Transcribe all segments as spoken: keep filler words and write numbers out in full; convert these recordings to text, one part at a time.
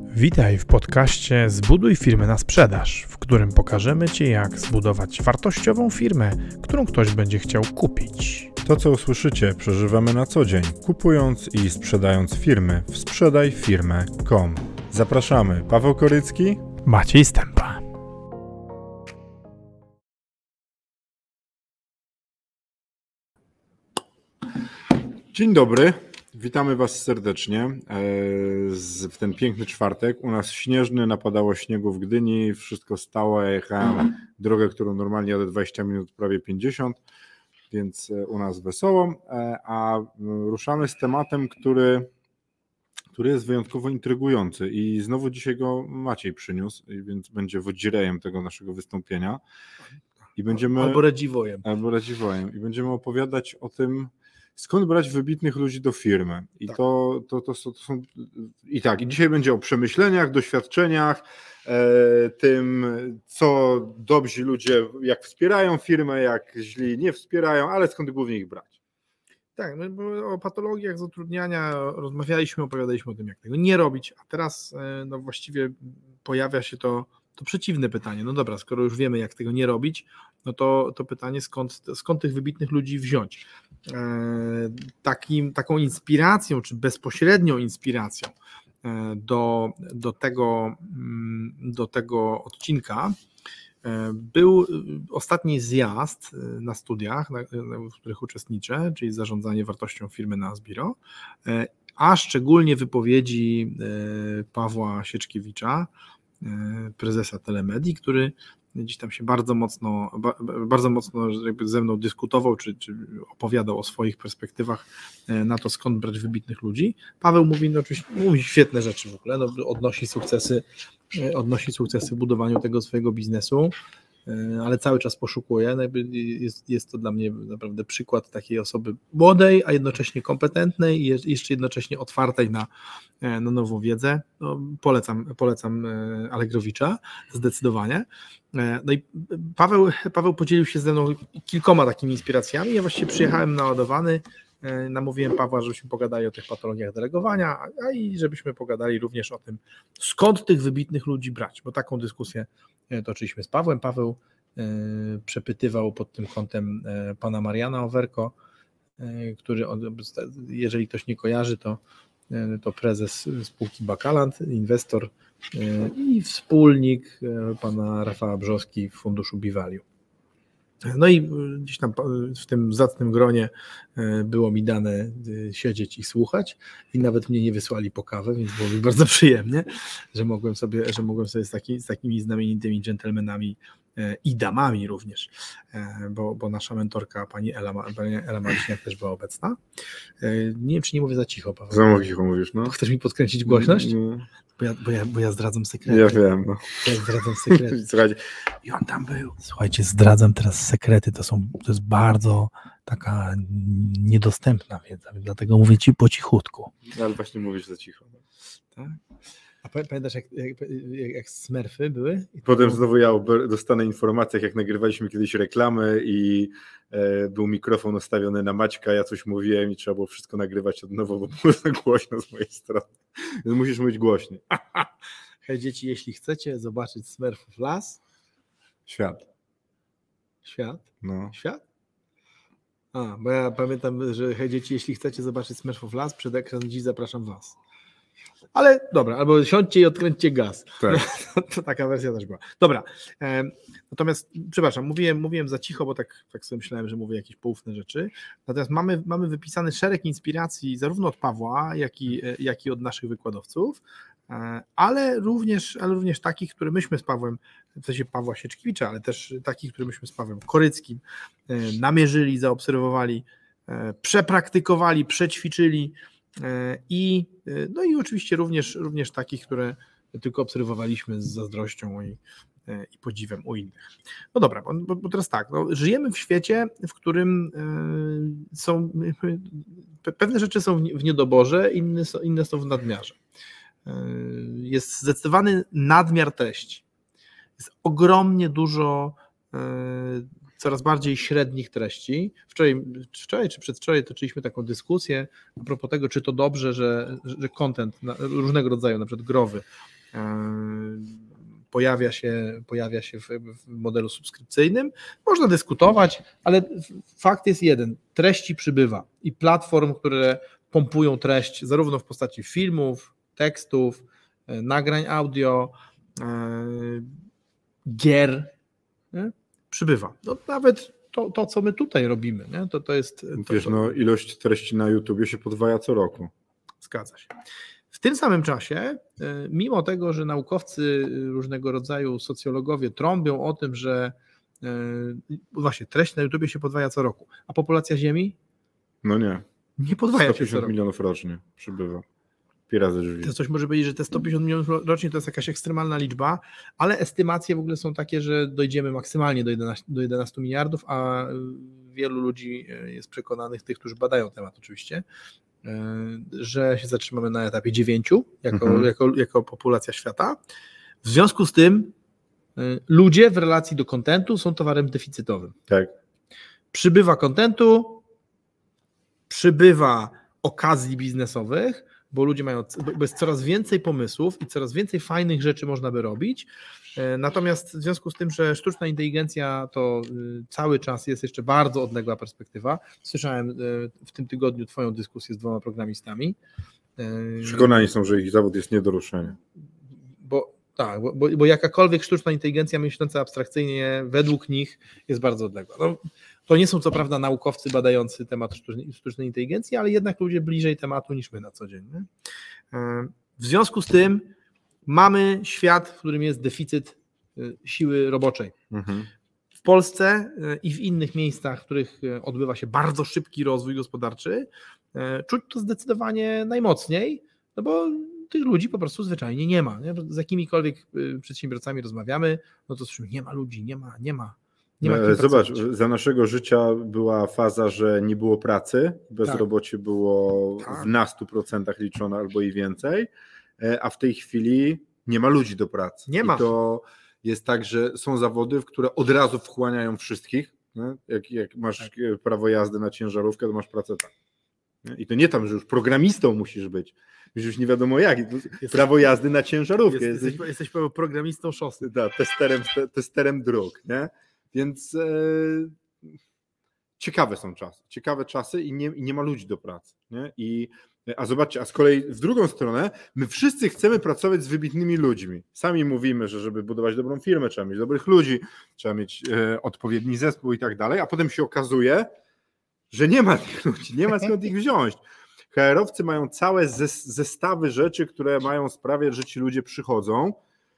Witaj w podcaście Zbuduj firmę na sprzedaż, w którym pokażemy Ci, jak zbudować wartościową firmę, którą ktoś będzie chciał kupić. To, co usłyszycie, przeżywamy na co dzień, kupując i sprzedając firmy w sprzedaj firmę kropka com. Zapraszamy, Paweł Korycki, Maciej Stępa. Dzień dobry, witamy Was serdecznie w ten piękny czwartek. U nas śnieżny, napadało śniegu w Gdyni, wszystko stało, ja jechałem drogę, którą normalnie jadę dwadzieścia minut, prawie pięćdziesiąt, więc u nas wesoło, a ruszamy z tematem, który, który jest wyjątkowo intrygujący i znowu dzisiaj go Maciej przyniósł, więc będzie wodzirejem tego naszego wystąpienia. I będziemy, albo radziwojem. Albo radziwojem. I będziemy opowiadać o tym, skąd brać wybitnych ludzi do firmy. I tak. to, to, to, to są. I tak, i dzisiaj będzie o przemyśleniach, doświadczeniach, e, tym, co dobrzy ludzie, jak wspierają firmę, jak źli nie wspierają, ale skąd głównie ich brać. Tak, no bo o patologiach zatrudniania rozmawialiśmy, opowiadaliśmy o tym, jak tego nie robić, a teraz no właściwie pojawia się to, to przeciwne pytanie. No dobra, skoro już wiemy, jak tego nie robić, no to, to pytanie, skąd, skąd tych wybitnych ludzi wziąć. E, takim, taką inspiracją, czy bezpośrednią inspiracją do, do, tego, do tego odcinka był ostatni zjazd na studiach, w których uczestniczę, czyli zarządzanie wartością firmy na Asbiro, a szczególnie wypowiedzi Pawła Sieczkiewicza, prezesa Telemedii, który gdzieś tam się bardzo mocno, bardzo mocno jakby ze mną dyskutował, czy, czy opowiadał o swoich perspektywach na to, skąd brać wybitnych ludzi. Paweł mówi, no oczywiście mówi świetne rzeczy w ogóle, no, odnosi sukcesy, odnosi sukcesy w budowaniu tego swojego biznesu, ale cały czas poszukuje. No jest, jest to dla mnie naprawdę przykład takiej osoby młodej, a jednocześnie kompetentnej i jeszcze jednocześnie otwartej na, na nową wiedzę. No, polecam, polecam Allegrowicza zdecydowanie. No i Paweł, Paweł podzielił się ze mną kilkoma takimi inspiracjami. Ja właściwie przyjechałem naładowany, namówiłem Pawła, żebyśmy pogadali o tych patologiach delegowania, a i żebyśmy pogadali również o tym, skąd tych wybitnych ludzi brać, bo taką dyskusję toczyliśmy z Pawłem. Paweł przepytywał pod tym kątem pana Mariana Owerko, który, jeżeli ktoś nie kojarzy, to, to prezes spółki Bakaland, inwestor i wspólnik pana Rafała Brzozki w funduszu Bivalue. No i gdzieś tam w tym zacnym gronie było mi dane siedzieć i słuchać i nawet mnie nie wysłali po kawę, więc było mi bardzo przyjemnie, że mogłem sobie, że mogłem sobie z, taki, z takimi znamienitymi dżentelmenami i damami również, bo, bo nasza mentorka pani Ela, pani Ela Marciniak też była obecna. Nie wiem, czy nie mówię za cicho, Paweł. Za cicho mówisz, no. Chcesz mi podkręcić głośność? No. Bo ja, bo, ja, bo ja zdradzam sekrety. Ja wiem, no. Ja zdradzam sekrety. Słuchajcie. I on tam był. Słuchajcie, zdradzam teraz sekrety. To są, to jest bardzo taka niedostępna wiedza, dlatego mówię ci po cichutku. Ale właśnie mówisz za cicho. Tak? A pamiętasz, jak, jak, jak Smurfy były? I Potem to... znowu ja dostanę informację, jak nagrywaliśmy kiedyś reklamy i e, był mikrofon ustawiony na Maćka, ja coś mówiłem i trzeba było wszystko nagrywać od nowa, bo było za głośno z mojej strony. Więc musisz mówić głośniej. Hej dzieci, jeśli chcecie zobaczyć Smurfów las. Świat. Świat? No. Świat? A, bo ja pamiętam, że hej dzieci, jeśli chcecie zobaczyć Smurfów las, przed ekran dziś zapraszam was. Ale dobra, albo siądźcie i odkręćcie gaz. Tak. To, to taka wersja też była. Dobra, e, natomiast, przepraszam, mówiłem, mówiłem za cicho, bo tak, tak sobie myślałem, że mówię jakieś poufne rzeczy. Natomiast mamy, mamy wypisany szereg inspiracji zarówno od Pawła, jak i, jak i od naszych wykładowców, e, ale, również, ale również takich, które myśmy z Pawłem, w sensie Pawła Sieczkiewicza, ale też takich, które myśmy z Pawłem Koryckim e, namierzyli, zaobserwowali, e, przepraktykowali, przećwiczyli, I, no i oczywiście również, również takich, które tylko obserwowaliśmy z zazdrością i, i podziwem u innych. No dobra, bo, bo teraz tak, no, żyjemy w świecie, w którym są pewne rzeczy są w niedoborze, inne są, inne są w nadmiarze. Jest zdecydowany nadmiar treści. Jest ogromnie dużo coraz bardziej średnich treści. Wczoraj, wczoraj czy przedwczoraj toczyliśmy taką dyskusję a propos tego, czy to dobrze, że, że content różnego rodzaju, na przykład growy, pojawia się, pojawia się w, w modelu subskrypcyjnym. Można dyskutować, ale fakt jest jeden, treści przybywa i platform, które pompują treść zarówno w postaci filmów, tekstów, nagrań audio, gier, nie? Przybywa. No, nawet to, to, co my tutaj robimy, nie? To, to jest... To, Wiesz, to... no ilość treści na YouTubie się podwaja co roku. Zgadza się. W tym samym czasie, mimo tego, że naukowcy różnego rodzaju socjologowie trąbią o tym, że właśnie treść na YouTubie się podwaja co roku, a populacja Ziemi? No nie. Nie podwaja się co sto pięćdziesiąt roku. milionów rocznie przybywa. Pi razy drzwi. To coś może powiedzieć, że te sto pięćdziesiąt milionów rocznie to jest jakaś ekstremalna liczba, ale estymacje w ogóle są takie, że dojdziemy maksymalnie do jedenastu, do jedenastu miliardów, a wielu ludzi jest przekonanych, tych, którzy badają temat oczywiście, że się zatrzymamy na etapie dziewięciu jako, mhm. jako, jako populacja świata. W związku z tym ludzie w relacji do kontentu są towarem deficytowym. Tak. Przybywa kontentu, przybywa okazji biznesowych, bo ludzie mają, bo jest coraz więcej pomysłów i coraz więcej fajnych rzeczy można by robić. Natomiast w związku z tym, że sztuczna inteligencja to cały czas jest jeszcze bardzo odległa perspektywa. Słyszałem w tym tygodniu twoją dyskusję z dwoma programistami. Przekonani są, że ich zawód jest nie do ruszenia. Bo tak, bo, bo jakakolwiek sztuczna inteligencja myśląca abstrakcyjnie według nich jest bardzo odległa. No, to nie są co prawda naukowcy badający temat sztucznej, sztucznej inteligencji, ale jednak ludzie bliżej tematu niż my na co dzień. Nie? W związku z tym mamy świat, w którym jest deficyt siły roboczej. Mhm. W Polsce i w innych miejscach, w których odbywa się bardzo szybki rozwój gospodarczy, czuć to zdecydowanie najmocniej, no bo tych ludzi po prostu zwyczajnie nie ma. Nie? Z jakimikolwiek przedsiębiorcami rozmawiamy, no to słyszymy, nie ma ludzi, nie ma, nie ma. Nie ma Zobacz, pracować. Za naszego życia była faza, że nie było pracy, bezrobocie tak. było tak. w nastu procentach liczone albo i więcej, a w tej chwili nie ma ludzi do pracy. Nie ma. I to jest tak, że są zawody, w które od razu wchłaniają wszystkich. Nie? Jak, jak masz tak. prawo jazdy na ciężarówkę, to masz pracę tam. Nie? I to nie tam, że już programistą musisz być. Już nie wiadomo jak. Jesteś, prawo jazdy na ciężarówkę. Jest, jesteś, jesteś programistą szosy. Tak, testerem, testerem dróg. Nie? Więc e, ciekawe są czasy. Ciekawe czasy i nie, i nie ma ludzi do pracy. Nie? I, a zobaczcie, a z kolei w drugą stronę my wszyscy chcemy pracować z wybitnymi ludźmi. Sami mówimy, że żeby budować dobrą firmę, trzeba mieć dobrych ludzi, trzeba mieć e, odpowiedni zespół i tak dalej, a potem się okazuje, że nie ma tych ludzi, nie ma skąd ich wziąć. H R-owcy mają całe zestawy rzeczy, które mają sprawiać, że ci ludzie przychodzą.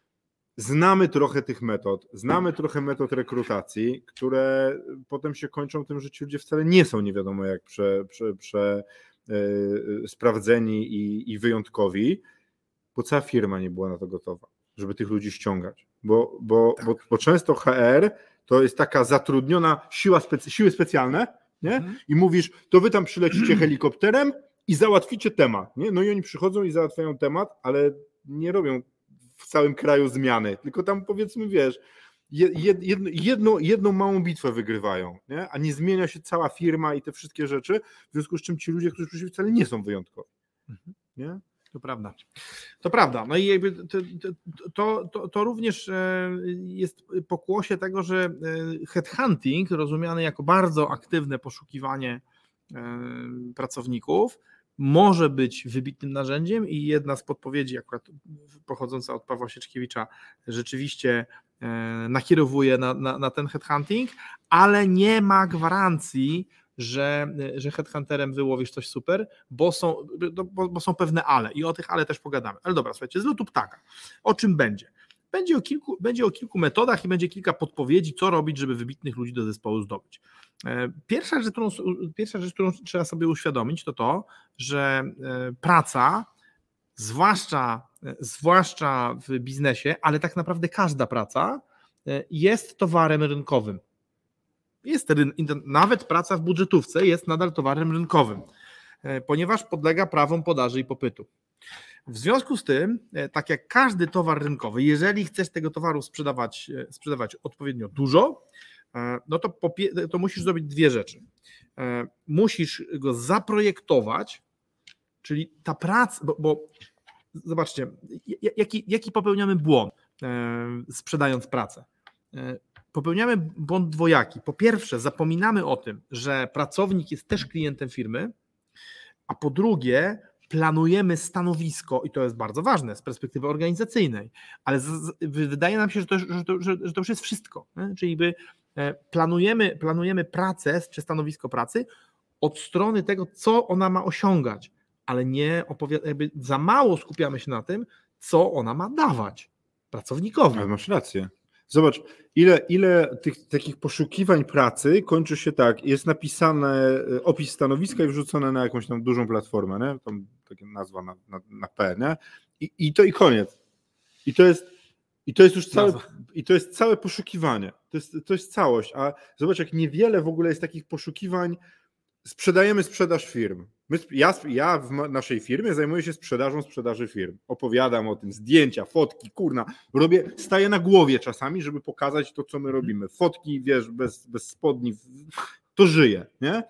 Znamy trochę tych metod, znamy trochę metod rekrutacji, które potem się kończą tym, że ci ludzie wcale nie są nie wiadomo jak prze, prze, prze, yy, sprawdzeni i, i wyjątkowi, bo cała firma nie była na to gotowa, żeby tych ludzi ściągać. Bo, bo, tak. bo, bo często H R to jest taka zatrudniona siła specy, siły specjalne, nie? Mhm. I mówisz, to wy tam przylecicie helikopterem i załatwicie temat. Nie? No i oni przychodzą i załatwiają temat, ale nie robią w całym kraju zmiany, tylko tam powiedzmy, wiesz, jedno, jedno, jedną małą bitwę wygrywają, nie? A nie zmienia się cała firma i te wszystkie rzeczy, w związku z czym ci ludzie, którzy przyszli, wcale nie są wyjątkowi. Nie? To prawda. To prawda. No i jakby to, to, to, to również jest pokłosie tego, że headhunting, rozumiany jako bardzo aktywne poszukiwanie pracowników, może być wybitnym narzędziem i jedna z podpowiedzi akurat pochodząca od Pawła Sieczkiewicza rzeczywiście nakierowuje na, na, na ten headhunting, ale nie ma gwarancji, że, że headhunterem wyłowisz coś super, bo są, bo, bo są pewne ale i o tych ale też pogadamy. Ale dobra, słuchajcie, z lotu ptaka. O czym będzie? Będzie o kilku, będzie o kilku metodach i będzie kilka podpowiedzi, co robić, żeby wybitnych ludzi do zespołu zdobyć. Pierwsza rzecz, którą, pierwsza rzecz, którą trzeba sobie uświadomić, to to, że praca, zwłaszcza, zwłaszcza w biznesie, ale tak naprawdę każda praca jest towarem rynkowym. Jest, nawet praca w budżetówce jest nadal towarem rynkowym, ponieważ podlega prawom podaży i popytu. W związku z tym, tak jak każdy towar rynkowy, jeżeli chcesz tego towaru sprzedawać, sprzedawać odpowiednio dużo, no to, to musisz zrobić dwie rzeczy. Musisz go zaprojektować, czyli ta praca, bo, bo zobaczcie, jaki, jaki popełniamy błąd, sprzedając pracę. Popełniamy błąd dwojaki. Po pierwsze, zapominamy o tym, że pracownik jest też klientem firmy, a po drugie, planujemy stanowisko, i to jest bardzo ważne z perspektywy organizacyjnej, ale z, z, wydaje nam się, że to, że, to, że, że to już jest wszystko. Nie? Czyli by planujemy, planujemy pracę czy stanowisko pracy od strony tego, co ona ma osiągać, ale nie opowiada, jakby za mało skupiamy się na tym, co ona ma dawać pracownikowi. Ale masz rację. Zobacz, ile, ile tych takich poszukiwań pracy kończy się tak, jest napisane opis stanowiska i wrzucone na jakąś tam dużą platformę, nie? Tam taka nazwa na, na, na P, nie? I, I to i koniec. I to jest, i to jest już całe, i to jest całe poszukiwanie. To jest, to jest całość. A zobacz, jak niewiele w ogóle jest takich poszukiwań. Sprzedajemy sprzedaż firm. My, ja, ja w naszej firmie zajmuję się sprzedażą sprzedaży firm. Opowiadam o tym, zdjęcia, fotki, kurna. Robię, staję na głowie czasami, żeby pokazać to, co my robimy. Fotki, wiesz, bez, bez spodni. To żyje, nie?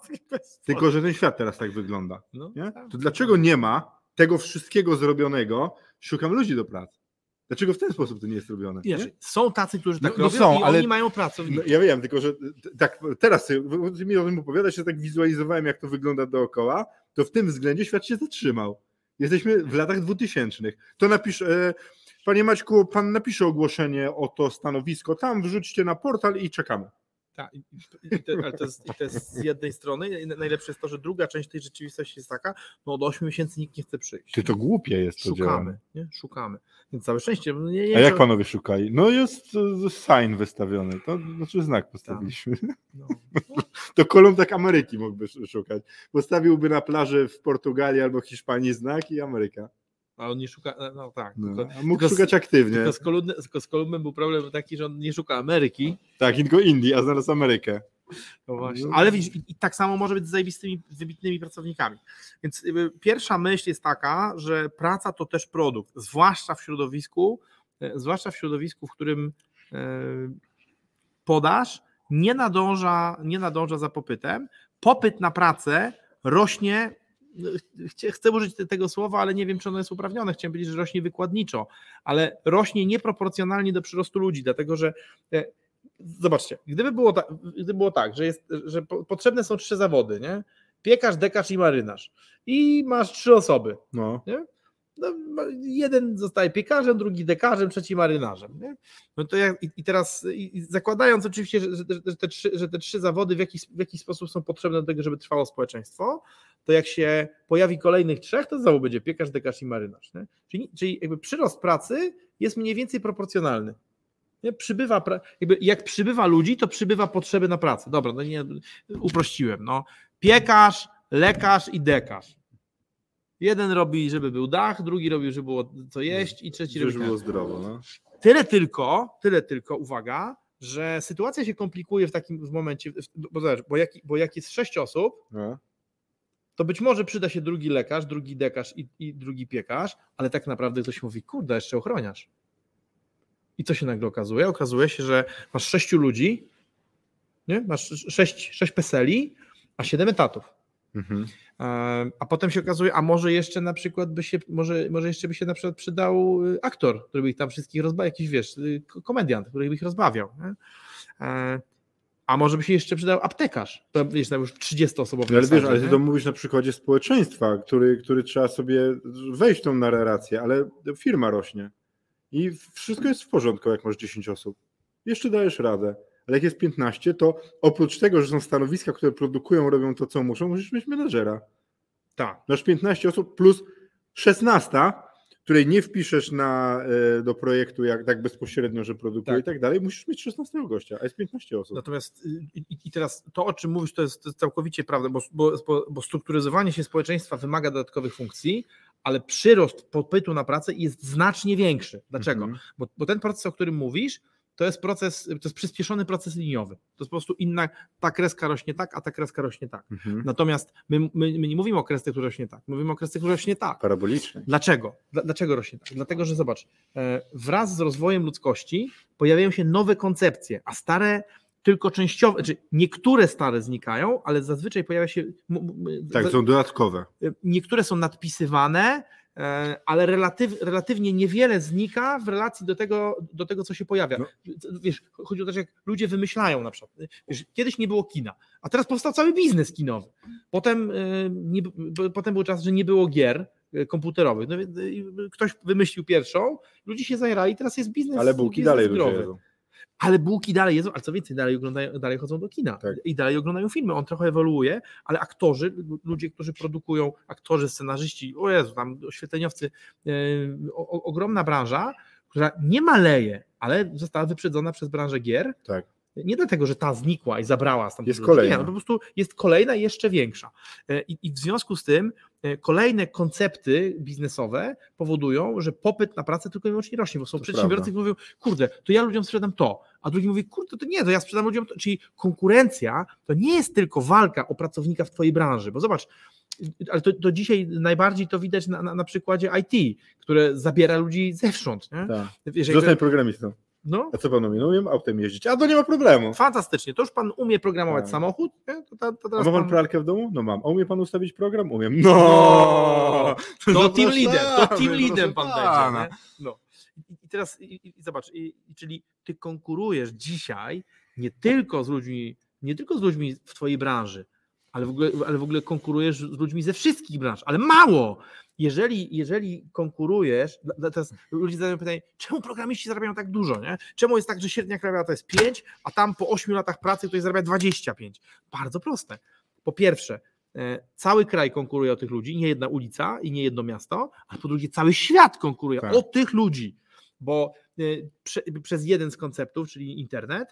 Tylko, że ten świat teraz tak wygląda. Nie? To dlaczego nie ma tego wszystkiego zrobionego? Szukam ludzi do pracy. Dlaczego w ten sposób to nie jest robione? Wiesz, nie? Są tacy, którzy tak no, robią, no są, i ale oni mają pracowników. No, ja wiem, tylko że tak teraz ty mi o tym opowiadasz, się tak wizualizowałem, jak to wygląda dookoła, to w tym względzie świat się zatrzymał. Jesteśmy w latach dwutysięcznych. To napisz, e, panie Maćku, pan napisze ogłoszenie o to stanowisko, tam wrzućcie na portal i czekamy. Tak, i, i to, ale to jest, i to jest z jednej strony. Najlepsze jest to, że druga część tej rzeczywistości jest taka, no od ośmiu miesięcy nikt nie chce przyjść. Czy to głupie jest to Szukamy, nie? Szukamy. Więc całe szczęście. Nie, nie, A jak to... panowie szukali? No jest sign wystawiony, to znaczy znak postawiliśmy. No. To Kolumb Ameryki mógłby szukać. Postawiłby na plaży w Portugalii albo Hiszpanii znak i Ameryka. A on nie szuka, no tak. No, tylko, a mógł tylko szukać aktywnie. Tylko z, Kolumbem, tylko z Kolumbem był problem taki, że on nie szuka Ameryki. Tak, tylko Indii, a znalazł Amerykę. No właśnie. Ale widzisz, i, i tak samo może być z zajebistymi, wybitnymi pracownikami. Więc y, pierwsza myśl jest taka, że praca to też produkt, zwłaszcza w środowisku, y, zwłaszcza w środowisku, w którym y, podaż nie nadąża, nie nadąża za popytem. Popyt na pracę rośnie. Chcę, chcę użyć tego słowa, ale nie wiem, czy ono jest uprawnione. Chciałem powiedzieć, że rośnie wykładniczo, ale rośnie nieproporcjonalnie do przyrostu ludzi, dlatego że zobaczcie, gdyby było tak, gdyby było tak że, jest, że potrzebne są trzy zawody, nie? Piekarz, dekarz i marynarz i masz trzy osoby. No. Nie? No, jeden zostaje piekarzem, drugi dekarzem, trzeci marynarzem. Nie? No to jak, i, i teraz i zakładając oczywiście, że, że, że, te trzy, że te trzy zawody w jakiś, w jakiś sposób są potrzebne do tego, żeby trwało społeczeństwo, to jak się pojawi kolejnych trzech, to znowu będzie piekarz, dekarz i marynarz. Nie? Czyli, czyli jakby przyrost pracy jest mniej więcej proporcjonalny. Nie? Przybywa, jakby jak przybywa ludzi, to przybywa potrzeby na pracę. Dobra, no nie, uprościłem. No. Piekarz, lekarz i dekarz. Jeden robi, żeby był dach, drugi robi, żeby było co jeść i trzeci robi, żeby było zdrowo. No. Tyle tylko, tyle tylko, uwaga, że sytuacja się komplikuje w takim w momencie, bo, bo, jak, bo jak jest sześć osób, no. to być może przyda się drugi lekarz, drugi dekarz i, i drugi piekarz, ale tak naprawdę ktoś mówi, kurde, jeszcze ochroniarz. I co się nagle okazuje? Okazuje się, że masz sześciu ludzi, nie? Masz sześć, sześć peseli, a siedem etatów. Mhm. A potem się okazuje, a może jeszcze na przykład by się, może, może jeszcze by się na przykład przydał aktor, który by ich tam wszystkich rozbawiał, jakiś wiesz, komediant, który by ich rozbawiał. Nie? A może by się jeszcze przydał aptekarz, to wiesz, tam już trzydziestoosobowy. Ale wiesz, ale ty to mówisz na przykładzie społeczeństwa, który, który trzeba sobie wejść w tą narrację, ale firma rośnie i wszystko jest w porządku, jak masz dziesięć osób. Jeszcze dajesz radę. Ale jak jest piętnaście, to oprócz tego, że są stanowiska, które produkują, robią to, co muszą, musisz mieć menedżera. Tak. Masz piętnaście osób plus szesnaście, której nie wpiszesz na, do projektu jak tak bezpośrednio, że produkuje tak. i tak dalej, musisz mieć szesnastego gościa, a jest piętnaście osób. Natomiast i, i teraz to, o czym mówisz, to jest, to jest całkowicie prawda, bo, bo, bo strukturyzowanie się społeczeństwa wymaga dodatkowych funkcji, ale przyrost popytu na pracę jest znacznie większy. Dlaczego? Mhm. Bo, bo ten proces, o którym mówisz, to jest proces, to jest przyspieszony proces liniowy. To jest po prostu inna, ta kreska rośnie tak, a ta kreska rośnie tak. Mhm. Natomiast my, my, my nie mówimy o kresce, która rośnie tak, mówimy o kresce, która rośnie tak. Parabolicznie. Dlaczego? Dlaczego rośnie tak? Dlatego, że zobacz, wraz z rozwojem ludzkości pojawiają się nowe koncepcje, a stare tylko częściowo, znaczy niektóre stare znikają, ale zazwyczaj pojawia się... Tak, są dodatkowe. Niektóre są nadpisywane, ale relatyw, relatywnie niewiele znika w relacji do tego, do tego co się pojawia. No. Wiesz, chodzi o to, że jak ludzie wymyślają na przykład, wiesz, kiedyś nie było kina, a teraz powstał cały biznes kinowy. Potem, nie, potem był czas, że nie było gier komputerowych. No, ktoś wymyślił pierwszą, ludzie się zajerali, teraz jest biznes. Ale bułki biznes dalej growy. ludzie jedzą. Ale bułki dalej jedzą, ale co więcej, dalej, oglądają, dalej chodzą do kina tak. i dalej oglądają filmy. On trochę ewoluuje, ale aktorzy, ludzie, którzy produkują, aktorzy, scenarzyści, o Jezu, tam oświetleniowcy, yy, o, ogromna branża, która nie maleje, ale została wyprzedzona przez branżę gier. Tak. Nie dlatego, że ta znikła i zabrała stamtąd. Jest kolejna. Nie, no po prostu jest kolejna i jeszcze większa. I, I w związku z tym kolejne koncepty biznesowe powodują, że popyt na pracę tylko i wyłącznie rośnie, bo są to przedsiębiorcy, którzy mówią, kurde, to ja ludziom sprzedam to, a drugi mówi, kurde, to nie, to ja sprzedam ludziom to. Czyli konkurencja to nie jest tylko walka o pracownika w twojej branży, bo zobacz, ale to, to dzisiaj najbardziej to widać na, na, na przykładzie I T, które zabiera ludzi zewsząd. Nie? Tak. Zostań programistą. No. A co pan umie? No umiem autem jeździć. A to nie ma problemu. Fantastycznie. To już pan umie programować tak. samochód? Nie? To, to, to teraz a ma pan, pan pralkę w domu? No mam. A umie pan ustawić program? Umiem. No! To team leader. To team leader pan będzie. No. I, I teraz i, i zobacz, i, i, czyli ty konkurujesz dzisiaj nie tylko z ludźmi, nie tylko z ludźmi w twojej branży, ale w ogóle, ale w ogóle konkurujesz z ludźmi ze wszystkich branż. Ale mało! Jeżeli, jeżeli konkurujesz, teraz ludzie zadają pytanie, czemu programiści zarabiają tak dużo, nie? Czemu jest tak, że średnia krajowa to jest pięć, a tam po ośmiu latach pracy ktoś zarabia dwadzieścia pięć? Bardzo proste. Po pierwsze, cały kraj konkuruje o tych ludzi, nie jedna ulica i nie jedno miasto, a po drugie cały świat konkuruje tak. o tych ludzi, bo prze, przez jeden z konceptów, czyli internet,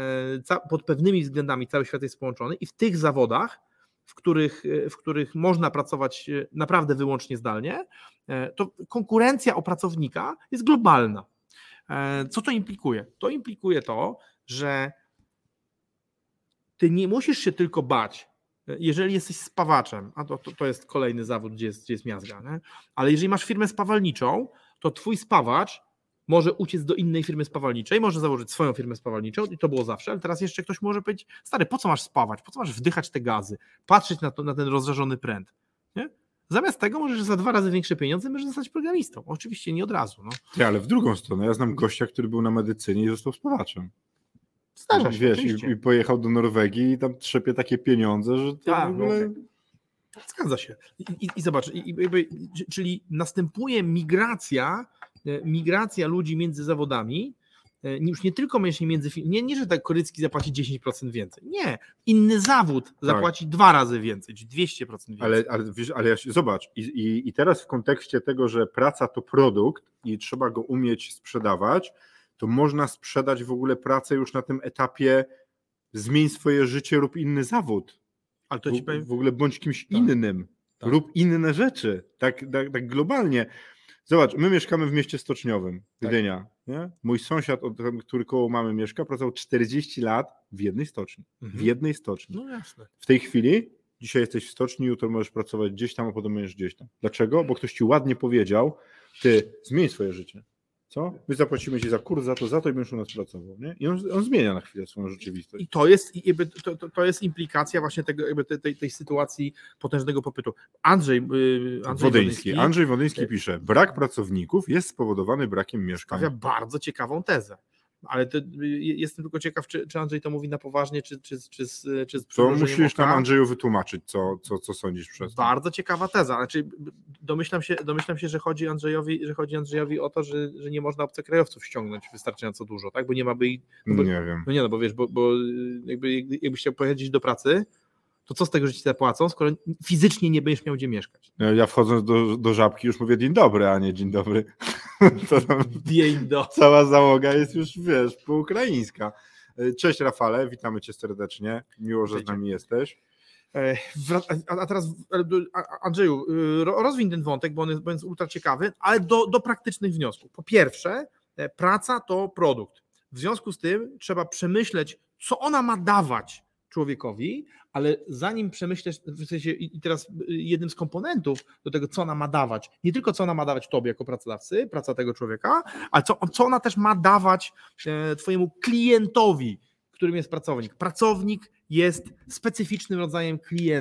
pod pewnymi względami cały świat jest połączony i w tych zawodach, w których, w których można pracować naprawdę wyłącznie zdalnie, to konkurencja o pracownika jest globalna. Co to implikuje? To implikuje to, że ty nie musisz się tylko bać, jeżeli jesteś spawaczem, a to, to, to jest kolejny zawód, gdzie jest, gdzie jest miazga, nie? Ale jeżeli masz firmę spawalniczą, to twój spawacz może uciec do innej firmy spawalniczej, może założyć swoją firmę spawalniczą i to było zawsze, ale teraz jeszcze ktoś może powiedzieć, stary, po co masz spawać, po co masz wdychać te gazy, patrzeć na, to, na ten rozżarzony pręt, nie? Zamiast tego możesz za dwa razy większe pieniądze możesz zostać programistą, oczywiście nie od razu. No. Ja, ale w drugą stronę, ja znam gościa, który był na medycynie i został spawaczem. Zdarza się, wiesz, i, i pojechał do Norwegii i tam trzepie takie pieniądze, że to tak, w ogóle... No, zgadza się. I, i, i zobacz, i, jakby, czyli następuje migracja, migracja ludzi między zawodami, już nie tylko myślę między, nie, nie, że tak Korycki zapłaci dziesięć procent więcej, nie, inny zawód zapłaci tak. dwa razy więcej, czyli dwieście procent więcej. Ale, ale, wiesz, ale zobacz, i, i, i teraz w kontekście tego, że praca to produkt i trzeba go umieć sprzedawać, to można sprzedać w ogóle pracę już na tym etapie zmień swoje życie, rób inny zawód. Ale to ci powiem... W ogóle bądź kimś tak. innym, tak. rób inne rzeczy, tak, tak, tak globalnie. Zobacz, my mieszkamy w mieście stoczniowym, Gdynia. Tak. Nie? Mój sąsiad, który koło mamy mieszka, pracował czterdzieści lat w jednej stoczni. Mhm. W jednej stoczni. No jasne. W tej chwili, dzisiaj jesteś w stoczni, jutro możesz pracować gdzieś tam, a potem będziesz gdzieś tam. Dlaczego? Bo ktoś ci ładnie powiedział, ty zmień swoje życie. Co? My zapłacimy ci za kurs, za to, za to i będziesz u nas pracował. Nie? I on, on zmienia na chwilę swoją rzeczywistość. I to jest, jakby, to, to, to jest implikacja właśnie tego, jakby tej, tej, tej sytuacji potężnego popytu. Andrzej, Andrzej Wodyński. Wodyński. Andrzej Wodyński pisze, brak pracowników jest spowodowany brakiem mieszkań. Stawia bardzo ciekawą tezę. Ale to, jestem tylko ciekaw, czy, czy Andrzej to mówi na poważnie, czy, czy, czy, czy, czy z to musisz nam, Andrzeju, wytłumaczyć, co, co, co sądzisz przez to. Bardzo ciekawa teza. Znaczy, domyślam się, domyślam się, że chodzi Andrzejowi, że chodzi Andrzejowi o to, że, że nie można obcokrajowców ściągnąć wystarczająco dużo, tak? Bo nie ma by ich. No bo, nie wiem. No nie, no bo wiesz, bo, bo jakby, jakbyś chciał pojechać do pracy, to co z tego, że ci zapłacą, skoro fizycznie nie będziesz miał gdzie mieszkać? Ja wchodząc do, do Żabki już mówię dzień dobry, a nie dzień dobry. To tam dzień dobry. Cała załoga jest już, wiesz, poukraińska. Cześć Rafale, witamy cię serdecznie. Miło, że z nami jesteś. A teraz Andrzeju, rozwiń ten wątek, bo on jest, bo on jest ultra ciekawy, ale do, do praktycznych wniosków. Po pierwsze, praca to produkt. W związku z tym trzeba przemyśleć, co ona ma dawać człowiekowi, ale zanim przemyślisz, w sensie i teraz jednym z komponentów do tego, co ona ma dawać, nie tylko co ona ma dawać tobie jako pracodawcy, praca tego człowieka, ale co, co ona też ma dawać e, twojemu klientowi, którym jest pracownik. Pracownik jest specyficznym rodzajem klienta.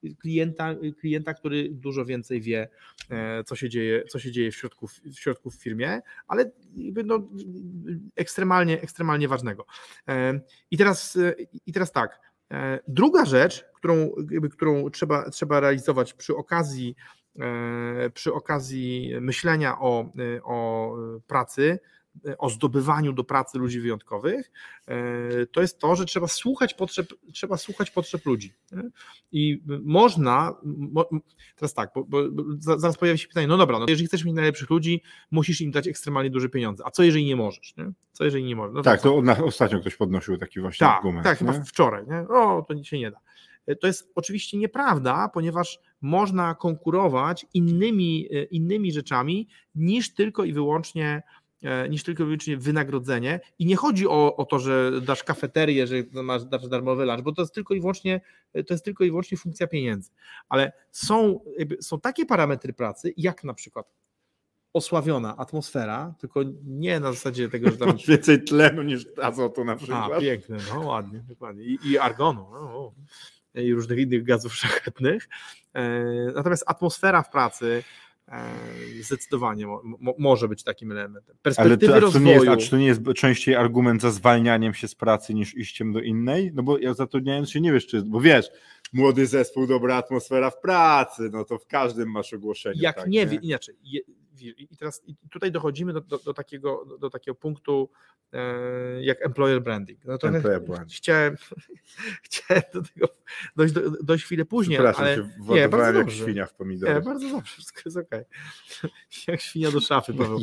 klienta, klienta, który dużo więcej wie, co się dzieje, co się dzieje w środku, w środku w firmie, ale no, ekstremalnie, ekstremalnie ważnego. I teraz, i teraz tak, druga rzecz, którą, którą trzeba, trzeba realizować przy okazji, przy okazji myślenia o, o pracy, o zdobywaniu do pracy ludzi wyjątkowych, to jest to, że trzeba słuchać potrzeb, trzeba słuchać potrzeb ludzi. I można, teraz tak, bo, bo zaraz pojawi się pytanie, no dobra, no jeżeli chcesz mieć najlepszych ludzi, musisz im dać ekstremalnie duże pieniądze, a co jeżeli nie możesz? Nie? Co jeżeli nie możesz? No tak, to, to ostatnio ktoś podnosił taki właśnie tak, argument. Tak, nie? chyba wczoraj, nie? O, to nic się nie da. To jest oczywiście nieprawda, ponieważ można konkurować innymi, innymi rzeczami niż tylko i wyłącznie niż tylko i wyłącznie wynagrodzenie i nie chodzi o, o to, że dasz kafeterię, że masz, dasz darmowy lunch, bo to jest tylko i wyłącznie to jest tylko i wyłącznie funkcja pieniędzy, ale są, są takie parametry pracy, jak na przykład osławiona atmosfera, tylko nie na zasadzie tego, że tam... Więcej tlenu niż azotu na przykład. A, piękne, no ładnie, dokładnie. I, i argonu, no, i różnych innych gazów szlachetnych. Natomiast atmosfera w pracy zdecydowanie mo, mo, może być takim elementem. Perspektywy Ale to, a, rozwoju. to nie jest, a czy to nie jest częściej argument za zwalnianiem się z pracy niż iściem do innej? No bo ja zatrudniając się nie wiesz, czy jest, bo wiesz, młody zespół, dobra atmosfera w pracy, no to w każdym masz ogłoszenie. Jak tak, nie, nie? wie, inaczej. Je, I teraz i tutaj dochodzimy do, do, do, takiego, do, do takiego punktu e, jak employer branding. No to employer branding. Chciałem, chciałem do tego dojść, do, dojść chwilę później, Przepraszam, ale się nie, bardzo jak dobrze. świnia w pomidorze. Nie, bardzo dobrze, wszystko jest okej. Jak świnia do szafy, Paweł.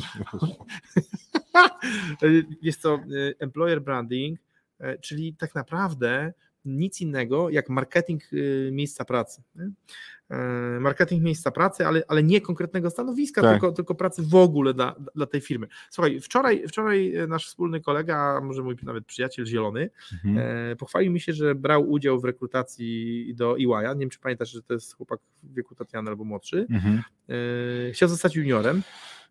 Jest to employer branding, czyli tak naprawdę nic innego jak marketing miejsca pracy. Nie? Marketing miejsca pracy, ale, ale nie konkretnego stanowiska, tak. tylko, tylko pracy w ogóle dla, dla tej firmy. Słuchaj, wczoraj, wczoraj nasz wspólny kolega, może mój nawet przyjaciel Zielony, mhm. e, pochwalił mi się, że brał udział w rekrutacji do E Y a. Nie wiem, czy pamiętasz, że to jest chłopak w wieku Tatiany albo młodszy. Mhm. E, chciał zostać juniorem,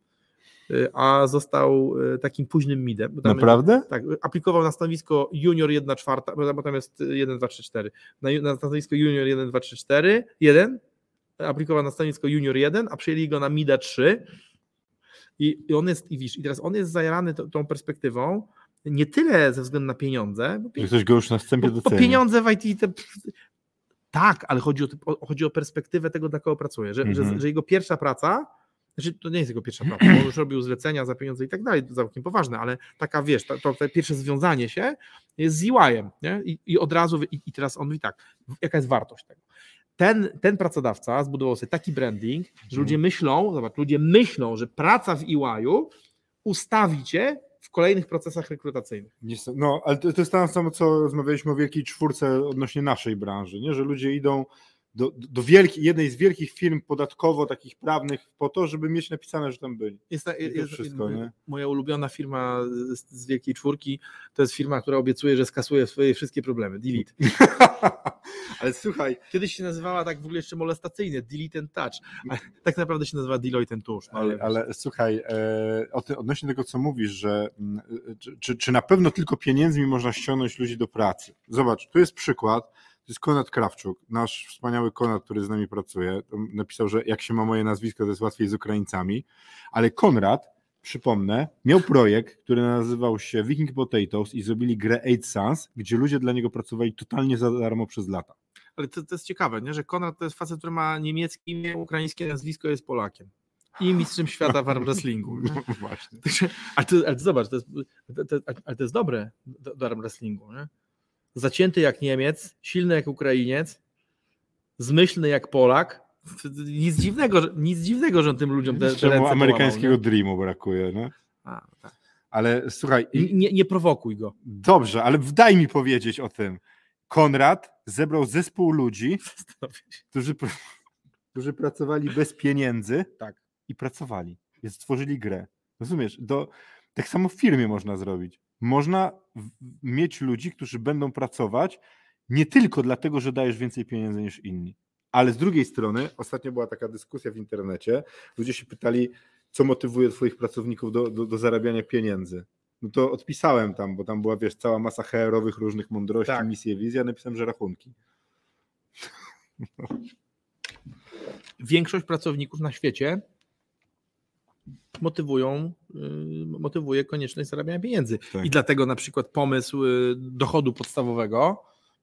a został takim późnym midem. Bo tam, naprawdę? Tak, aplikował na stanowisko junior jedna czwarta, bo tam jest jeden, dwa, trzy, cztery. Na, na stanowisko junior jeden, dwa, trzy, cztery, jeden, aplikował na stanowisko junior jeden, a przyjęli go na mida trzy i, i on jest, i widzisz, i teraz on jest zajarany tą, tą perspektywą, nie tyle ze względu na pieniądze, bo, że ktoś go już na wstępie doceni. Bo pieniądze w I T, te, tak, ale chodzi o, o, chodzi o perspektywę tego, dla kogo pracuje, że, mhm. że, że jego pierwsza praca, znaczy to nie jest jego pierwsza praca, bo on już robił zlecenia za pieniądze i tak dalej, to całkiem poważne, ale taka, wiesz, to, to, to pierwsze związanie się jest z E Y-em, nie? I, i od razu, i, i teraz on mówi tak, jaka jest wartość tego? Ten, ten pracodawca zbudował sobie taki branding, że ludzie myślą, zobacz, ludzie myślą, że praca w E Y-u ustawi cię w kolejnych procesach rekrutacyjnych. No, ale to, to jest to samo, co rozmawialiśmy o wielkiej czwórce odnośnie naszej branży, nie? Że ludzie idą do, do wielkiej, jednej z wielkich firm podatkowo, takich prawnych, po to, żeby mieć napisane, że tam byli. Jest, jest wszystko, nie? Moja ulubiona firma z, z wielkiej czwórki to jest firma, która obiecuje, że skasuje swoje wszystkie problemy. Delete. Ale słuchaj. Kiedyś się nazywała tak w ogóle jeszcze molestacyjnie, Delete and Touch. A tak naprawdę się nazywa Deloitte and Touch. No, ale, ale słuchaj, e, o ty, odnośnie tego, co mówisz, że czy, czy, czy na pewno tylko pieniędzmi można ściągnąć ludzi do pracy? Zobacz, tu jest przykład. To jest Konrad Krawczuk, nasz wspaniały Konrad, który z nami pracuje. Napisał, że jak się ma moje nazwisko, to jest łatwiej z Ukraińcami. Ale Konrad, przypomnę, miał projekt, który nazywał się Viking Potatoes i zrobili grę Eight Sons, gdzie ludzie dla niego pracowali totalnie za darmo przez lata. Ale to, to jest ciekawe, nie? Że Konrad to jest facet, który ma niemieckie imię, ukraińskie nazwisko, jest Polakiem. I mistrzem świata w arm wrestlingu. No właśnie. Ale to, ale to zobacz, to jest, to, to, ale to jest dobre do, do arm wrestlingu, nie? Zacięty jak Niemiec, silny jak Ukrainiec, zmyślny jak Polak. Nic dziwnego, nic dziwnego, że tym ludziom te, te ręce amerykańskiego połamał, dreamu brakuje, no? A, tak. Ale słuchaj... Nie, nie prowokuj go. Dobrze, ale daj mi powiedzieć o tym. Konrad zebrał zespół ludzi, którzy, którzy pracowali bez pieniędzy tak. i pracowali. Więc stworzyli grę. Rozumiesz? Do, tak samo w firmie można zrobić. Można w, mieć ludzi, którzy będą pracować nie tylko dlatego, że dajesz więcej pieniędzy niż inni. Ale z drugiej strony, ostatnio była taka dyskusja w internecie, ludzie się pytali, co motywuje twoich pracowników do, do, do zarabiania pieniędzy. No to odpisałem tam, bo tam była, wiesz, cała masa H R-owych różnych mądrości, tak. misje, wizja, napisałem, że rachunki. Większość pracowników na świecie motywują, motywuje konieczność zarabiania pieniędzy. Tak. I dlatego na przykład pomysł dochodu podstawowego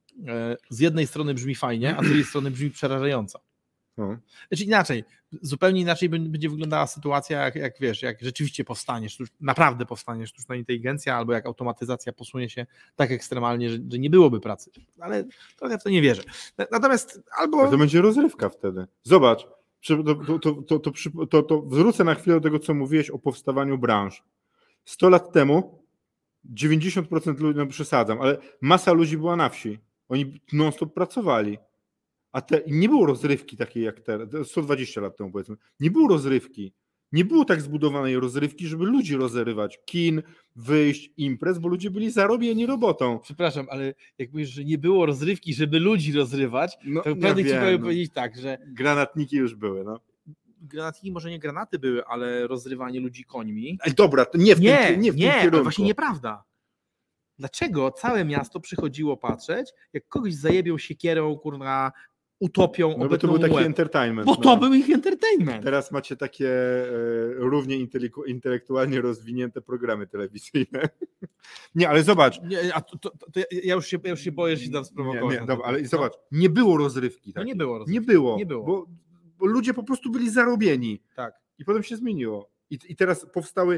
z jednej strony brzmi fajnie, a z drugiej strony brzmi przerażająco. No. Znaczy inaczej, zupełnie inaczej będzie wyglądała sytuacja, jak, jak wiesz, jak rzeczywiście powstanie, sztucz, naprawdę powstanie sztuczna inteligencja, albo jak automatyzacja posunie się tak ekstremalnie, że, że nie byłoby pracy. Ale trochę w to nie wierzę. Natomiast albo... A to będzie rozrywka wtedy. Zobacz, to, to, to, to, to, to, to wrócę na chwilę do tego, co mówiłeś o powstawaniu branż. sto lat temu dziewięćdziesiąt procent ludzi, no przesadzam, ale masa ludzi była na wsi. Oni non-stop pracowali. A te, nie było rozrywki takiej jak teraz, sto dwadzieścia lat temu powiedzmy, nie było rozrywki. Nie było tak zbudowanej rozrywki, żeby ludzi rozrywać. Kin, wyjść, imprez, bo ludzie byli zarobieni robotą. Przepraszam, ale jak mówisz, że nie było rozrywki, żeby ludzi rozrywać, No, to ja pewnie ci wiem, powinien no. powiedzieć tak, że Granatniki już były, no. granatniki może nie granaty były, ale rozrywanie ludzi końmi. Ej, dobra, to nie w Nie, tym, nie w nie, tym kierunku. to właśnie nieprawda. Dlaczego całe miasto przychodziło patrzeć, jak kogoś zajebią siekierą, kurwa, utopią, No bo to obetną był taki łeb? entertainment. Bo no. to był ich entertainment. Teraz macie takie e, równie inteleku- intelektualnie rozwinięte programy telewizyjne. Nie, ale zobacz. Nie, a to, to, to ja, już się, ja już się boję, że się tam Nie, sprowokować. nie, dobra, ale zobacz, nie było rozrywki. No Takiej. nie było rozrywki. Nie było, Nie było. Bo, bo ludzie po prostu byli zarobieni. Tak. I potem się zmieniło. I, I teraz powstały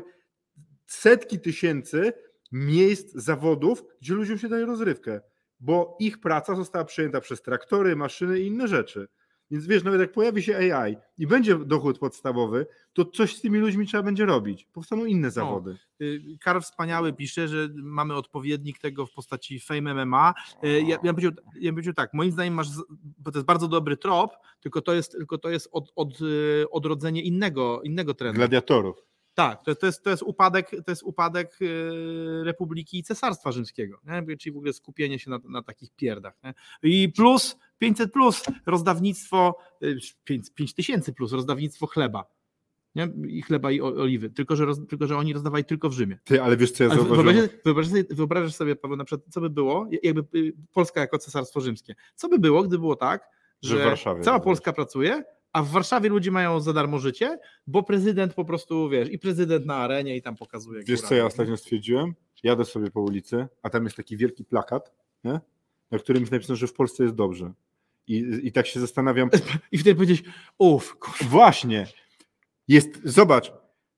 setki tysięcy miejsc, zawodów, gdzie ludziom się daje rozrywkę, bo ich praca została przejęta przez traktory, maszyny i inne rzeczy. Więc wiesz, nawet jak pojawi się A I i będzie dochód podstawowy, to coś z tymi ludźmi trzeba będzie robić. Powstaną inne zawody. Karl Wspaniały pisze, że mamy odpowiednik tego w postaci Fame M M A. Ja, ja, bym powiedział, ja bym powiedział tak, moim zdaniem masz, bo to jest bardzo dobry trop, tylko to jest, tylko to jest od, od, odrodzenie innego, innego trendu. Gladiatorów. Tak, to, to, jest, to, jest upadek, to jest upadek Republiki i Cesarstwa Rzymskiego, nie? Czyli w ogóle skupienie się na, na takich pierdach. Nie? I plus pięćset plus rozdawnictwo, pięć tysięcy plus rozdawnictwo chleba. Nie? I chleba i oliwy, tylko że, roz, tylko że oni rozdawali tylko w Rzymie. Ty, ale wiesz co ja Ale zauważyłem? wyobrażasz, wyobrażasz, sobie, wyobrażasz sobie, Paweł, na przykład, co by było, jakby Polska jako Cesarstwo Rzymskie, co by było, gdyby było tak, że, Że w Warszawie cała robisz. Polska pracuje, a w Warszawie ludzie mają za darmo życie, bo prezydent po prostu, wiesz, i prezydent na arenie i tam pokazuje. Wiesz co ja ostatnio stwierdziłem? Jadę sobie po ulicy, a tam jest taki wielki plakat, nie? Na którym jest napisane, że w Polsce jest dobrze. I, i tak się zastanawiam. I wtedy powiedzieć, uff, kurwa. Właśnie. Jest, zobacz,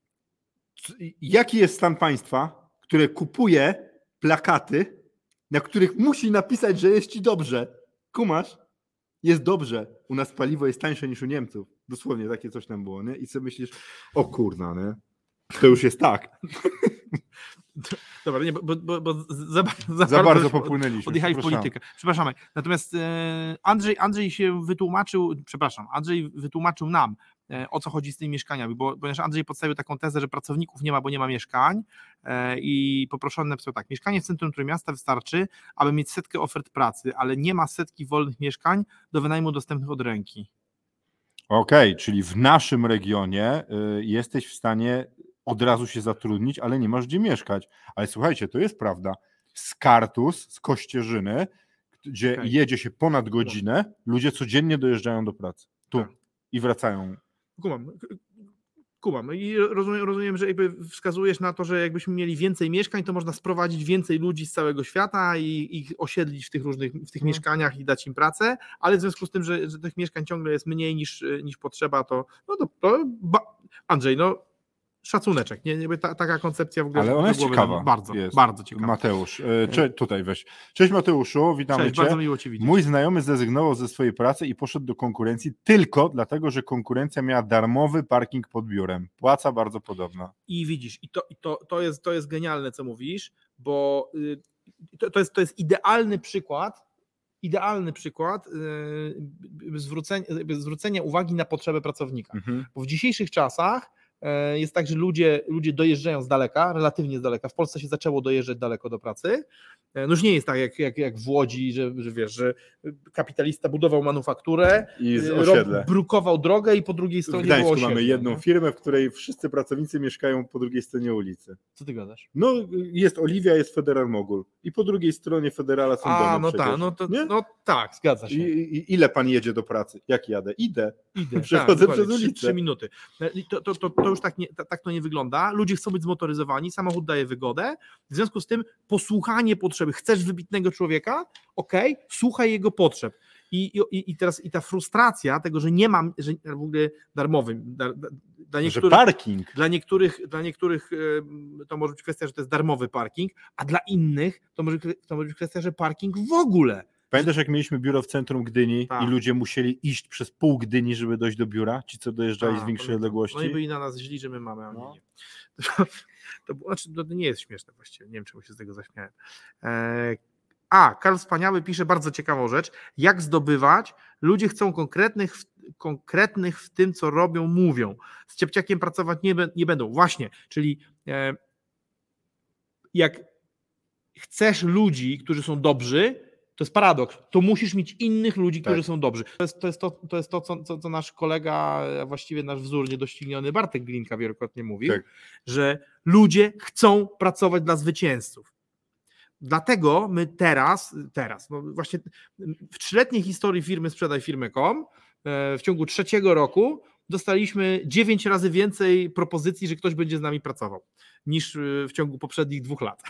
jaki jest stan państwa, które kupuje plakaty, na których musi napisać, że jest ci dobrze. Kumasz? Jest dobrze. U nas paliwo jest tańsze niż u Niemców. Dosłownie takie coś tam było, nie? I sobie myślisz, o kurna, nie? To już jest tak. Dobra, nie, bo, bo, bo za, za, Za bardzo popłynęliśmy. Odjechali w Przepraszam. politykę. Przepraszamy. Natomiast e, Andrzej, Andrzej się wytłumaczył, przepraszam, Andrzej wytłumaczył nam, e, o co chodzi z tymi mieszkaniami, bo ponieważ Andrzej podstawił taką tezę, że pracowników nie ma, bo nie ma mieszkań e, i poproszony napisał tak, mieszkanie w centrum Trójmiasta wystarczy, aby mieć setkę ofert pracy, ale nie ma setki wolnych mieszkań do wynajmu dostępnych od ręki. Okej, okay, czyli w naszym regionie y, jesteś w stanie od razu się zatrudnić, ale nie masz gdzie mieszkać. Ale słuchajcie, to jest prawda. Z Kartus, z Kościerzyny, gdzie Okay. jedzie się ponad godzinę, ludzie codziennie dojeżdżają do pracy. Tu. Tak. I wracają. Kumam. Kumam. I rozumiem, rozumiem, że jakby wskazujesz na to, że jakbyśmy mieli więcej mieszkań, to można sprowadzić więcej ludzi z całego świata i ich osiedlić w tych różnych w tych No. mieszkaniach i dać im pracę, ale w związku z tym, że, że tych mieszkań ciągle jest mniej niż, niż potrzeba, to, no to, to ba, Andrzej, no szacuneczek, nie, nie, ta, taka koncepcja w ogóle. Ale ona do jest głowy ciekawa. nam Bardzo, Jest. bardzo ciekawa. Mateusz, y, cze, tutaj weź. Cześć Mateuszu, witamy Cześć, cię. bardzo miło cię widzieć. Mój znajomy zrezygnował ze swojej pracy i poszedł do konkurencji tylko dlatego, że konkurencja miała darmowy parking pod biurem. Płaca bardzo podobna. I widzisz, i to, i to, to, jest, to jest genialne, co mówisz, bo y, to, to, jest, to jest idealny przykład, idealny przykład y, zwrócenia, zwrócenia uwagi na potrzeby pracownika. Mhm. Bo w dzisiejszych czasach jest tak, że ludzie, ludzie dojeżdżają z daleka, relatywnie z daleka. W Polsce się zaczęło dojeżdżać daleko do pracy. No już nie jest tak jak, jak, jak w Łodzi, że, że wiesz, że kapitalista budował manufakturę, I z rob, brukował drogę i po drugiej stronie w Gdańsku było osiedle. Mamy jedną firmę, w której wszyscy pracownicy mieszkają po drugiej stronie ulicy. Co ty gadasz? No jest Oliwia, jest Federal Mogul i po drugiej stronie Federala są A, domy no przecież, tak, no, to, nie? no tak, zgadza się. I, i, ile pan jedzie do pracy? Jak jadę? Idę. Idę, Przechodzę tak, przez trzy, ulicę. trzy minuty. To, to, to, to już tak, nie, tak to nie wygląda. Ludzie chcą być zmotoryzowani, samochód daje wygodę. W związku z tym posłuchanie potrzeby. Chcesz wybitnego człowieka? Okej, okay, słuchaj jego potrzeb. I, i, i teraz i ta frustracja tego, że nie mam, że w ogóle darmowym, dla, dla niektórych, że parking. Dla niektórych, dla niektórych to może być kwestia, że to jest darmowy parking, a dla innych to może, to może być kwestia, że parking w ogóle. Pamiętasz, jak mieliśmy biuro w centrum Gdyni tak. i ludzie musieli iść przez pół Gdyni, żeby dojść do biura? Ci, co dojeżdżali tak, z większej odległości? No i byli na nas źli, że my mamy, a no. nie. To, to, znaczy, to nie jest śmieszne właściwie, nie wiem, czemu się z tego zaśmiałem. E, a, Karl Wspaniały pisze bardzo ciekawą rzecz. Jak zdobywać? Ludzie chcą konkretnych, konkretnych w tym, co robią, mówią. Z ciepciakiem pracować nie, nie będą. Właśnie, czyli e, jak chcesz ludzi, którzy są dobrzy, to jest paradoks, to musisz mieć innych ludzi, którzy tak. są dobrzy. To jest to, jest to, to, jest to co, co, co nasz kolega, a właściwie nasz wzór niedościgniony Bartek Glinka wielokrotnie mówił, tak. że ludzie chcą pracować dla zwycięzców. Dlatego my teraz, teraz, no właśnie w trzyletniej historii firmy Sprzedaj Firmę kropka com w ciągu trzeciego roku dostaliśmy dziewięć razy więcej propozycji, że ktoś będzie z nami pracował, niż w ciągu poprzednich dwóch lat.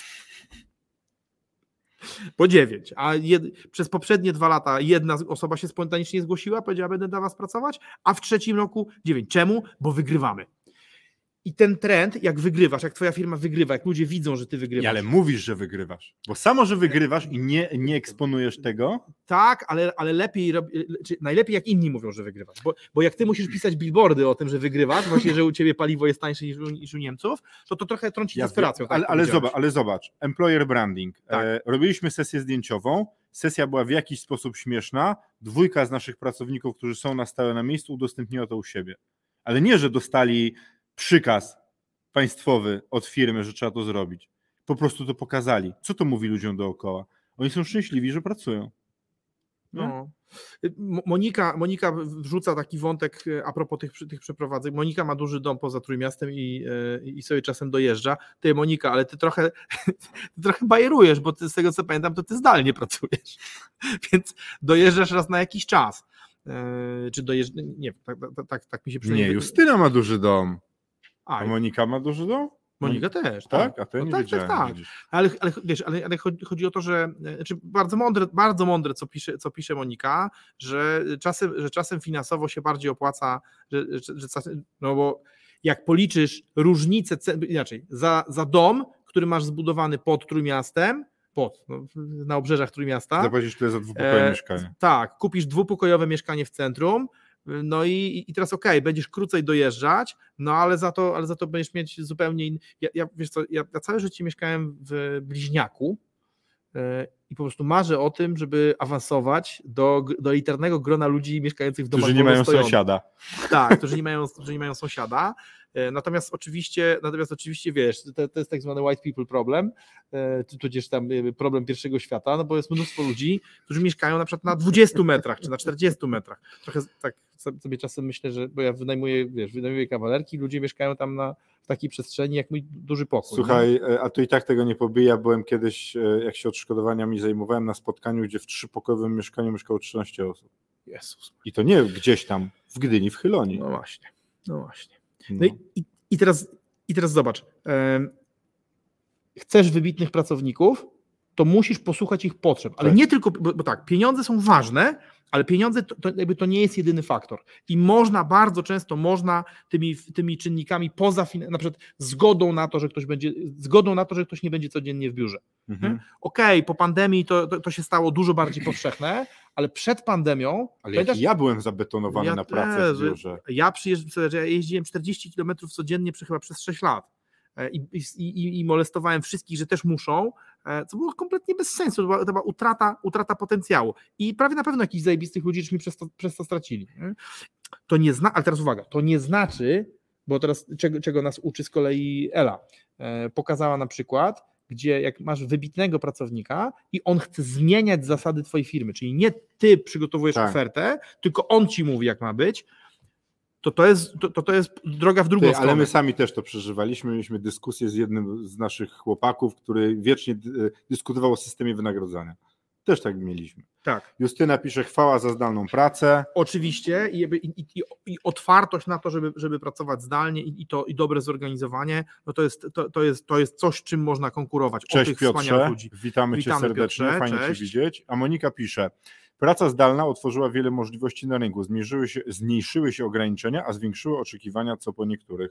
Po dziewięć, a jed, przez poprzednie dwa lata jedna osoba się spontanicznie zgłosiła, powiedziała, będę dla was pracować, a w trzecim roku dziewięć. Czemu? Bo wygrywamy. I ten trend, jak wygrywasz, jak twoja firma wygrywa, jak ludzie widzą, że ty wygrywasz. I ale mówisz, że wygrywasz, bo samo, że wygrywasz i nie, nie eksponujesz tego. Tak, ale, ale lepiej, czy najlepiej jak inni mówią, że wygrywasz, bo, bo jak ty musisz pisać billboardy o tym, że wygrywasz, właśnie, że u ciebie paliwo jest tańsze niż, niż u Niemców, to to trochę trąci ja desperacją. Ale, tak ale, zobacz, ale zobacz, employer branding. Tak. E, robiliśmy sesję zdjęciową, sesja była w jakiś sposób śmieszna, dwójka z naszych pracowników, którzy są na stałe na miejscu, udostępniła to u siebie. Ale nie, że dostali przykaz państwowy od firmy, że trzeba to zrobić. Po prostu to pokazali. Co to mówi ludziom dookoła? Oni są szczęśliwi, że pracują. No. Monika, Monika wrzuca taki wątek a propos tych, tych przeprowadzek. Monika ma duży dom poza Trójmiastem i, i sobie czasem dojeżdża. Ty, Monika, ale ty trochę, ty trochę bajerujesz, bo ty, z tego co pamiętam, to ty zdalnie pracujesz. Więc dojeżdżasz raz na jakiś czas. Czy dojeżdżasz? Nie, tak, tak, tak, tak mi się przynajmniej... Nie, Justyna ma duży dom. A, A Monika ma duży dom? Monika też, tak? tak. A to ja nie no tak, wiedziałem. Tak, tak. Ale, ale, wiesz, ale, ale chodzi o to, że znaczy bardzo mądre, bardzo mądre co, pisze, co pisze Monika, że czasem, że czasem finansowo się bardziej opłaca, że, że, że no bo jak policzysz różnicę, inaczej, za, za dom, który masz zbudowany pod Trójmiastem, pod, no, na obrzeżach Trójmiasta. Zapłacisz tyle za dwupokojowe e, mieszkanie. Tak, kupisz dwupokojowe mieszkanie w centrum. No i, i teraz okej, okay, będziesz krócej dojeżdżać, no ale za to, ale za to będziesz mieć zupełnie inny. Ja, ja, wiesz co, ja, ja całe życie mieszkałem w Bliźniaku yy, i po prostu marzę o tym, żeby awansować do, do elitarnego grona ludzi mieszkających w domach którzy nie mają sąsiada. Tak, którzy nie mają, którzy nie mają sąsiada. Natomiast oczywiście, natomiast oczywiście wiesz, to, to jest tak zwany white people problem, tudzież tam problem pierwszego świata, no bo jest mnóstwo ludzi, którzy mieszkają na przykład na dwudziestu metrach czy na czterdziestu metrach. Trochę tak sobie czasem myślę, że bo ja wynajmuję, wiesz, wynajmuję kawalerki, ludzie mieszkają tam na, w takiej przestrzeni jak mój duży pokój. Słuchaj, nie? A to i tak tego nie pobija. Byłem kiedyś, jak się odszkodowaniami zajmowałem, na spotkaniu, gdzie w trzypokojowym mieszkaniu mieszkało trzynaście osób. Jezus. I to nie gdzieś tam w Gdyni, w Chylonii. No właśnie, no właśnie. No, no. I, i, teraz, I teraz zobacz, e, chcesz wybitnych pracowników, to musisz posłuchać ich potrzeb, ale tak. nie tylko, bo, bo tak, pieniądze są ważne, ale pieniądze to, to, jakby to nie jest jedyny faktor i można bardzo często, można tymi, tymi czynnikami poza, na przykład zgodą na to, że ktoś będzie, zgodą na to, że ktoś nie będzie codziennie w biurze. Mhm. Okej, okay, po pandemii to, to, to się stało dużo bardziej powszechne, ale przed pandemią... Ale jak ja byłem zabetonowany ja na pracę w biurze. Ja przyjeżdżałem, ja jeździłem czterdzieści kilometrów codziennie przez, chyba przez sześć lat i, i, i molestowałem wszystkich, że też muszą, co było kompletnie bez sensu, to była, to była utrata, utrata potencjału i prawie na pewno jakichś zajebistych ludzi żeśmy przez to, przez to stracili. To nie zna, ale teraz uwaga, to nie znaczy, bo teraz czego, czego nas uczy z kolei Ela, e, pokazała na przykład, gdzie jak masz wybitnego pracownika i on chce zmieniać zasady twojej firmy, czyli nie ty przygotowujesz tak. ofertę, tylko on ci mówi, jak ma być, to to jest, to, to jest droga w drugą Ty, stronę. ale my sami też to przeżywaliśmy, mieliśmy dyskusję z jednym z naszych chłopaków, który wiecznie dy- dyskutował o systemie wynagradzania. Też tak mieliśmy. Tak. Justyna pisze chwała za zdalną pracę. Oczywiście i, i, i, i otwartość na to, żeby, żeby pracować zdalnie i, i to i dobre zorganizowanie, no to jest, to, to, jest, to jest coś, czym można konkurować. Cześć o tych Piotrze, ludzi. witamy, Witamy Cię serdecznie, Piotrze, fajnie cześć. Cię widzieć. A Monika pisze, praca zdalna otworzyła wiele możliwości na rynku, zmniejszyły się, zmniejszyły się ograniczenia, a zwiększyły oczekiwania co po niektórych.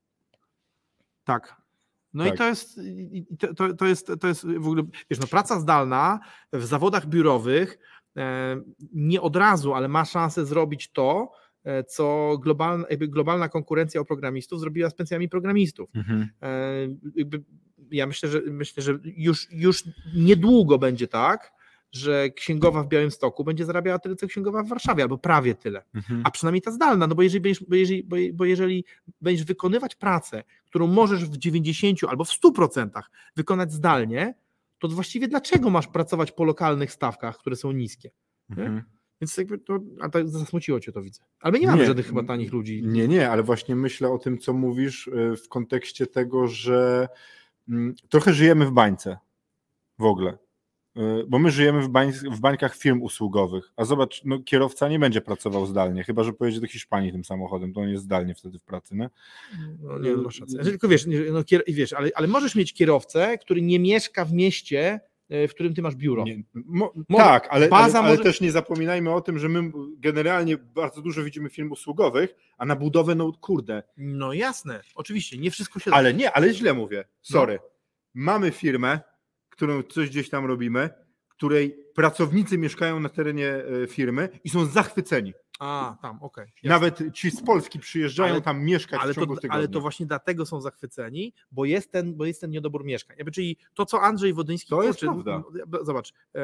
Tak. No tak. i to jest, i to, to, to jest, to jest w ogóle, wiesz, no praca zdalna w zawodach biurowych e, nie od razu, ale ma szansę zrobić to, e, co globalna, jakby globalna konkurencja o programistów zrobiła z pensjami programistów. Mhm. E, jakby, ja myślę, że myślę, że już, już niedługo będzie tak, że księgowa w Białymstoku będzie zarabiała tyle, co księgowa w Warszawie, albo prawie tyle, Mhm. a przynajmniej ta zdalna, no bo jeżeli będziesz, bo jeżeli, bo, bo jeżeli będziesz wykonywać pracę, którą możesz w dziewięćdziesięciu albo w stu procentach wykonać zdalnie, to właściwie dlaczego masz pracować po lokalnych stawkach, które są niskie? Mhm. Więc jakby to, a tak zasmuciło cię to, widzę. Ale my nie mamy Nie, żadnych chyba tanich ludzi. Nie, nie, ale właśnie myślę o tym, co mówisz y, w kontekście tego, że mm, trochę żyjemy w bańce w ogóle. Y, Bo my żyjemy w, bań, w bańkach firm usługowych, a zobacz, no, kierowca nie będzie pracował zdalnie, chyba że pojedzie do Hiszpanii tym samochodem, to on jest zdalnie wtedy w pracy, nie? No nie, no masz rację. Znaczy, tylko wiesz, nie, no, kier, wiesz ale, ale możesz mieć kierowcę, który nie mieszka w mieście, e, w którym ty masz biuro. Nie, mo, Może- tak, ale, ale, baza ale może- też nie zapominajmy o tym, że my generalnie bardzo dużo widzimy firm usługowych, a na budowę, no kurde, No jasne, oczywiście, nie wszystko się da. ale nie, ale źle mówię, sorry. Mamy firmę, którą coś gdzieś tam robimy, której pracownicy mieszkają na terenie e, firmy i są zachwyceni. A, tam, okej. jasne. Nawet ci z Polski przyjeżdżają Ale- tam mieszkać Ale w ciągu to, tygodnia. ale to właśnie dlatego są zachwyceni, bo jest ten, bo jest ten niedobór mieszkań. Jakby, czyli to, co Andrzej Wodyński... To jest kurczę, prawda. no, zobacz, e,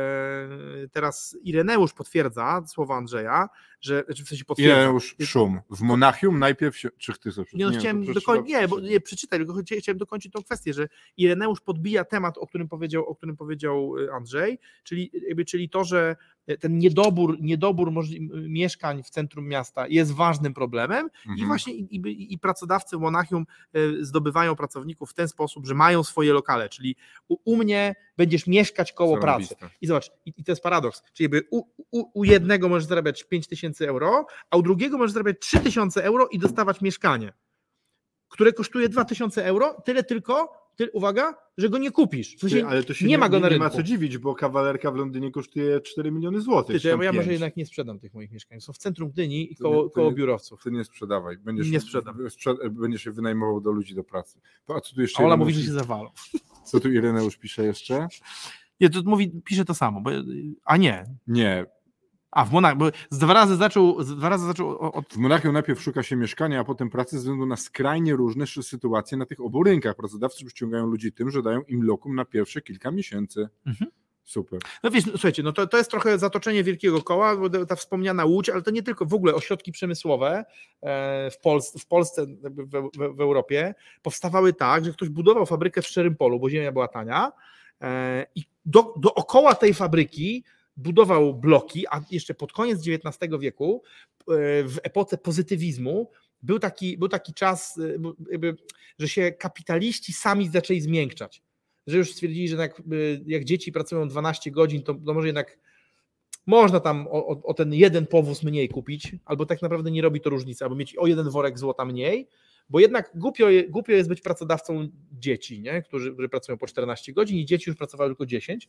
teraz Ireneusz potwierdza słowa Andrzeja, że znaczy w sensie potwierdza. Ireneusz Szum. W Monachium najpierw się... Czy ty sobie Nie, no, chciałem to dokoń... trzeba nie, bo przeczytać. nie, przeczytaj, tylko chcia- chciałem dokończyć tą kwestię, że Ireneusz podbija temat, o którym powiedział, o którym powiedział Andrzej, czyli, jakby, czyli to, że ten niedobór, niedobór możli- mieszkań w centrum miasta jest ważnym problemem Mhm. i właśnie i, i, i pracodawcy w Monachium e, zdobywają pracowników w ten sposób, że mają swoje lokale, czyli u, u mnie będziesz mieszkać koło pracy. Zarąbiste. I zobacz, i, i to jest paradoks, czyli jakby u, u, u jednego możesz zarabiać pięć tysięcy euro, a u drugiego możesz zarabiać trzy tysiące euro i dostawać mieszkanie, które kosztuje dwa tysiące euro, tyle tylko, ty, uwaga, że go nie kupisz. W sensie Ty, ale to się nie ma go na nie, nie ma rynku. co dziwić, bo kawalerka w Londynie kosztuje cztery miliony złotych. Ty, to ja, ja może jednak nie sprzedam tych moich mieszkań. Są w centrum Gdyni i To koło, nie- to koło nie- biurowców. Ty nie sprzedawaj. Będziesz, Nie sprzedam. sprze- Będziesz się wynajmował do ludzi do pracy. A co tu jeszcze? A Ola Ireneusz- mówi, że się zawalą. Co tu Ireneusz pisze jeszcze? Nie, to mówi, pisze to samo, bo, a nie. Nie. A w Monach, bo z dwa razy zaczął, z dwa razy zaczął o- od... W Monachium najpierw szuka się mieszkania, a potem pracy ze względu na skrajnie różne sz- sytuacje na tych obu rynkach. Pracodawcy przyciągają ludzi tym, że dają im lokum na pierwsze kilka miesięcy. Mhm. Super. No wiesz, no, słuchajcie, no to, to jest trochę zatoczenie wielkiego koła, bo ta wspomniana Łódź, ale to nie tylko, w ogóle ośrodki przemysłowe e, w, Polsce, w Polsce, jakby w, w, w Europie powstawały tak, że ktoś budował fabrykę w szczerym polu, bo ziemia była tania e, i do, dookoła tej fabryki budował bloki, a jeszcze pod koniec dziewiętnastego wieku e, w epoce pozytywizmu był taki, był taki czas, e, jakby, że się kapitaliści sami zaczęli zmiękczać. Że już stwierdzili, że jak, jak dzieci pracują dwanaście godzin, to, to może jednak można tam o, o, o ten jeden powóz mniej kupić, albo tak naprawdę nie robi to różnicy, albo mieć o jeden worek złota mniej, bo jednak głupio, je, głupio jest być pracodawcą dzieci, nie? Którzy, którzy pracują po czternaście godzin i dzieci już pracowały tylko dziesięć,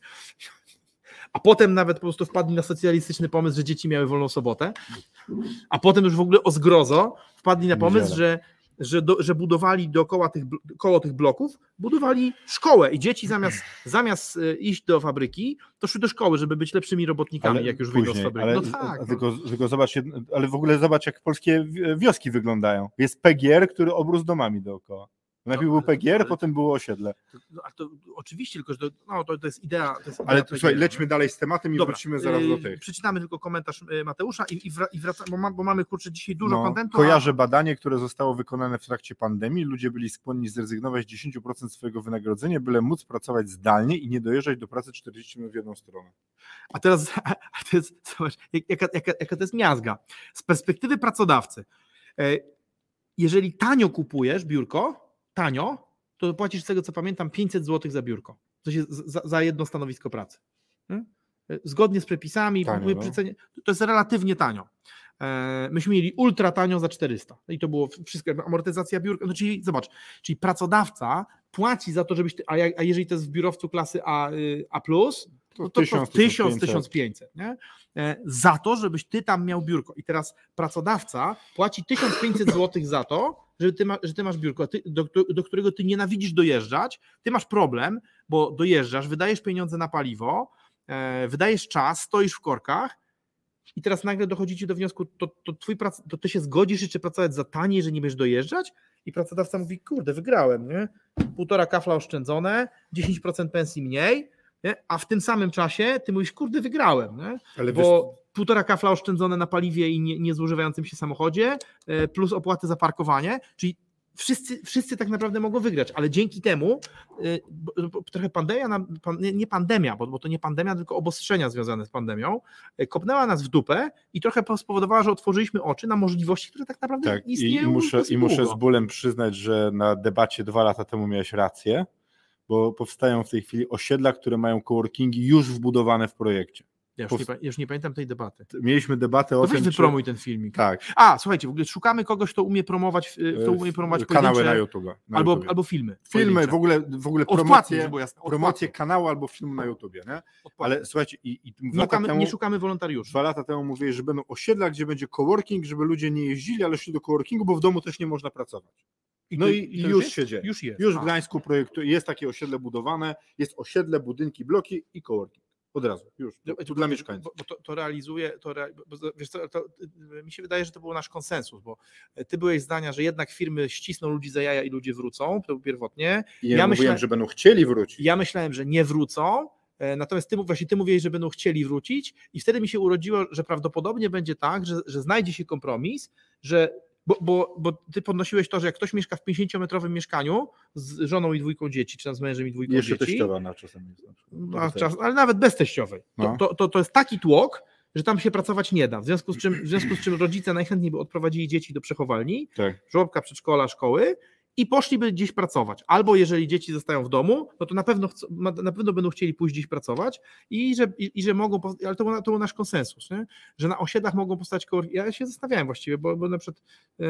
a potem nawet po prostu wpadli na socjalistyczny pomysł, że dzieci miały wolną sobotę, a potem już w ogóle o zgrozo wpadli na pomysł, Niedzielę. że Że, do, że budowali dookoła tych, bl- koło tych bloków, budowali szkołę i dzieci zamiast, zamiast e, iść do fabryki, to szły do szkoły, żeby być lepszymi robotnikami, jak już wyjdą z fabryki. Ale, No tak, a no. tylko, tylko zobacz, jedno- ale w ogóle zobacz, jak polskie wi- wioski wyglądają. Jest P G R, który obrósł domami dookoła. Najpierw był P G R, potem było osiedle. No, a to oczywiście, tylko że to, no, to, to jest idea. To jest idea Ale P G R, słuchaj, no. lećmy dalej z tematem i Dobra, wrócimy zaraz do yy, tych. Przeczytamy tylko komentarz yy, Mateusza i, i, wra, i wracamy, bo, ma, bo mamy kurczę dzisiaj dużo No, kontentu. kojarzę a... badanie, które zostało wykonane w trakcie pandemii. Ludzie byli skłonni zrezygnować z dziesięć procent swojego wynagrodzenia, byle móc pracować zdalnie i nie dojeżdżać do pracy czterdzieści minut w jedną stronę. A teraz, a to jest, zobacz, jaka, jaka, jaka to jest miazga. Z perspektywy pracodawcy, jeżeli tanio kupujesz biurko, tanio, to płacisz z tego, co pamiętam, pięćset złotych za biurko. To jest za, za jedno stanowisko pracy. Hmm? Zgodnie z przepisami, Tanio, no. cenie, to jest relatywnie tanio. Myśmy mieli ultra tanio za czterysta. I to było wszystko, amortyzacja biurka. No czyli zobacz, czyli pracodawca płaci za to, żebyś ty, a, a jeżeli to jest w biurowcu klasy A, A plus, no to tysiąc, tysiąc pięćset, nie? Za to, żebyś ty tam miał biurko. I teraz pracodawca płaci tysiąc pięćset złotych za to, że ty, ma, że ty masz biurko, ty, do, do którego ty nienawidzisz dojeżdżać, ty masz problem, bo dojeżdżasz, wydajesz pieniądze na paliwo, e, wydajesz czas, stoisz w korkach i teraz nagle dochodzi ci do wniosku, to, to, twój prac, to ty się zgodzisz jeszcze pracować za taniej, że nie będziesz dojeżdżać? I pracodawca mówi, kurde, wygrałem, nie? Półtora kafla oszczędzone, dziesięć procent pensji mniej, nie? A w tym samym czasie ty mówisz, kurde, wygrałem, nie? Ale bo wiesz, półtora kafla oszczędzone na paliwie i nie, niezużywającym się samochodzie, plus opłaty za parkowanie, czyli wszyscy, wszyscy tak naprawdę mogą wygrać, ale dzięki temu bo, bo trochę pandemia, nie pandemia, bo, bo to nie pandemia, tylko obostrzenia związane z pandemią, kopnęła nas w dupę i trochę spowodowała, że otworzyliśmy oczy na możliwości, które tak naprawdę tak, istnieją. I, i, muszę, i muszę długo. z bólem przyznać, że na debacie dwa lata temu miałeś rację, bo powstają w tej chwili osiedla, które mają coworkingi już wbudowane w projekcie. Ja już, Powst... nie, już nie pamiętam tej debaty. Mieliśmy debatę to o weź tym, wypromuj czy... ten filmik. Tak. A, słuchajcie, w ogóle szukamy kogoś, kto umie promować, kto umie promować kanały na YouTube. Na albo, YouTubie. albo filmy. Filmy, w ogóle, w ogóle promocje, promocje kanału albo filmu na YouTubie. Nie? Ale słuchajcie, i, i nie, szukamy, temu, nie szukamy wolontariuszy. Dwa lata temu mówiłeś, że będą osiedla, gdzie będzie coworking, żeby ludzie nie jeździli, ale szli do coworkingu, bo w domu też nie można pracować. I no to, i, i już jest? się dzieje. Już jest. Już w Gdańsku projektu jest takie osiedle budowane, jest osiedle, budynki, bloki i coworking. Od razu, już, to, to dla mieszkańców. Bo, bo to, to realizuje, to, bo, wiesz co, to, mi się wydaje, że to był nasz konsensus, bo ty byłeś zdania, że jednak firmy ścisną ludzi za jaja i ludzie wrócą, to pierwotnie. I ja, ja mówiłem, że będą chcieli wrócić. Ja myślałem, że nie wrócą, natomiast ty, właśnie ty mówiłeś, że będą chcieli wrócić i wtedy mi się urodziło, że prawdopodobnie będzie tak, że, że znajdzie się kompromis, że Bo, bo, bo ty podnosiłeś to, że jak ktoś mieszka w pięćdziesięciometrowym mieszkaniu z żoną i dwójką dzieci, czy tam z mężem i dwójką Jeszcze dzieci. Jeszcze teściowa na czasem jest. No, czas, ale nawet bez teściowej. No. To, to, to jest taki tłok, że tam się pracować nie da. W związku z czym, w związku z czym rodzice najchętniej by odprowadzili dzieci do przechowalni, tak. żłobka, przedszkola, szkoły i poszliby gdzieś pracować. Albo jeżeli dzieci zostają w domu, no to na pewno, chcą, na pewno będą chcieli pójść gdzieś pracować i że, i, i że mogą, ale to, to był nasz konsensus, nie? Że na osiedlach mogą powstać koło... Ja się zastanawiałem właściwie, bo, bo na przykład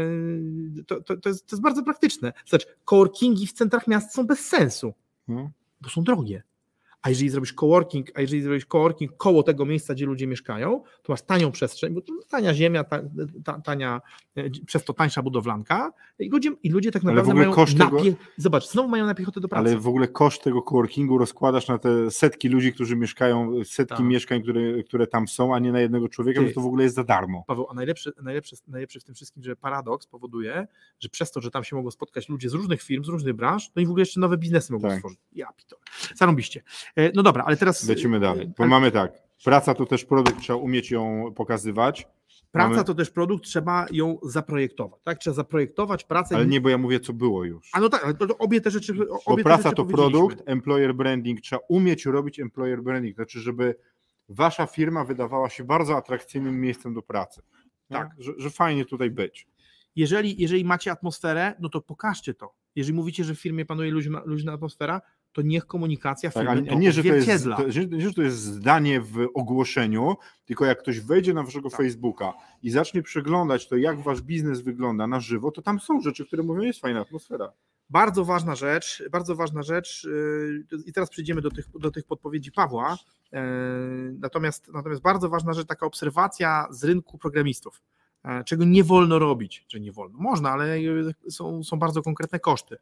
yy, to, to, to, jest, to jest bardzo praktyczne. Znaczy, coworkingi w centrach miast są bez sensu, hmm. bo są drogie. A jeżeli zrobisz coworking, a jeżeli zrobisz coworking koło tego miejsca, gdzie ludzie mieszkają, to masz tanią przestrzeń, bo to tania ziemia, ta, ta, tania, przez to tańsza budowlanka i ludzie, i ludzie tak naprawdę mają napie... tego... Zobacz, znowu mają napie ochotę do pracy. Ale w ogóle koszt tego coworkingu rozkładasz na te setki ludzi, którzy mieszkają, setki tak. mieszkań, które, które tam są, a nie na jednego człowieka, że to w ogóle jest za darmo. Paweł, a najlepszy, najlepszy, najlepszy w tym wszystkim, że paradoks powoduje, że przez to, że tam się mogą spotkać ludzie z różnych firm, z różnych branż, no i w ogóle jeszcze nowe biznesy mogą tak. stworzyć. Ja pitole. Zarąbiście. No dobra, ale teraz... Lecimy dalej, bo ale... mamy tak, praca to też produkt, trzeba umieć ją pokazywać. Praca mamy... to też produkt, trzeba ją zaprojektować, tak? Trzeba zaprojektować pracę... Ale nie, bo ja mówię, co było już. A no tak, ale to, to obie te rzeczy... Obie bo te praca rzeczy to produkt, employer branding, trzeba umieć robić employer branding, znaczy, żeby wasza firma wydawała się bardzo atrakcyjnym miejscem do pracy. Tak, że, że fajnie tutaj być. Jeżeli, jeżeli macie atmosferę, no to pokażcie to. Jeżeli mówicie, że w firmie panuje luźna, luźna atmosfera, to niech komunikacja firmy tak, a nie, że to, jest, to, że, że to jest zdanie w ogłoszeniu, tylko jak ktoś wejdzie na waszego tak. Facebooka i zacznie przeglądać to, jak wasz biznes wygląda na żywo, to tam są rzeczy, które mówią, jest fajna atmosfera. Bardzo ważna rzecz, bardzo ważna rzecz i teraz przejdziemy do tych, do tych podpowiedzi Pawła, natomiast, natomiast bardzo ważna rzecz, taka obserwacja z rynku programistów. Czego nie wolno robić, czy nie wolno, można, ale są, są bardzo konkretne koszty.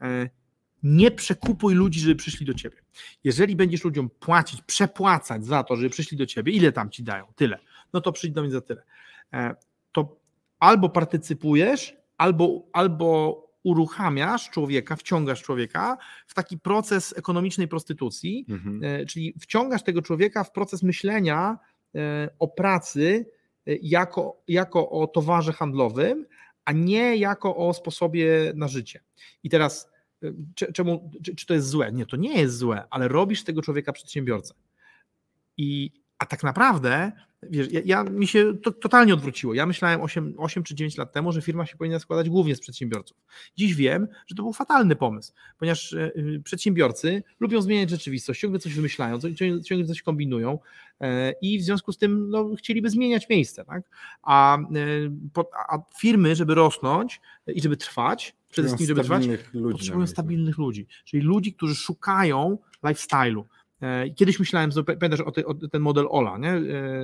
Nie przekupuj ludzi, żeby przyszli do ciebie. Jeżeli będziesz ludziom płacić, przepłacać za to, żeby przyszli do ciebie, ile tam ci dają? Tyle. No to przyjdź do mnie za tyle. To albo partycypujesz, albo, albo uruchamiasz człowieka, wciągasz człowieka w taki proces ekonomicznej prostytucji, mhm. czyli wciągasz tego człowieka w proces myślenia o pracy jako, jako o towarze handlowym, a nie jako o sposobie na życie. I teraz czemu, czy, czy to jest złe? Nie, to nie jest złe, ale robisz z tego człowieka przedsiębiorcę. I, a tak naprawdę, wiesz, ja, ja mi się to totalnie odwróciło. Ja myślałem osiem czy dziewięć lat temu, że firma się powinna składać głównie z przedsiębiorców. Dziś wiem, że to był fatalny pomysł, ponieważ y, przedsiębiorcy lubią zmieniać rzeczywistość, ciągle coś wymyślają, ciągle, ciągle coś kombinują y, i w związku z tym no, chcieliby zmieniać miejsce. Tak? A, y, po, a firmy, żeby rosnąć i żeby trwać, przede wszystkim, żeby trwać, ludzi, potrzebują stabilnych ludzi, czyli ludzi, którzy szukają lifestyle'u. Kiedyś myślałem, pamiętasz o, ty, o ten model Ola, nie?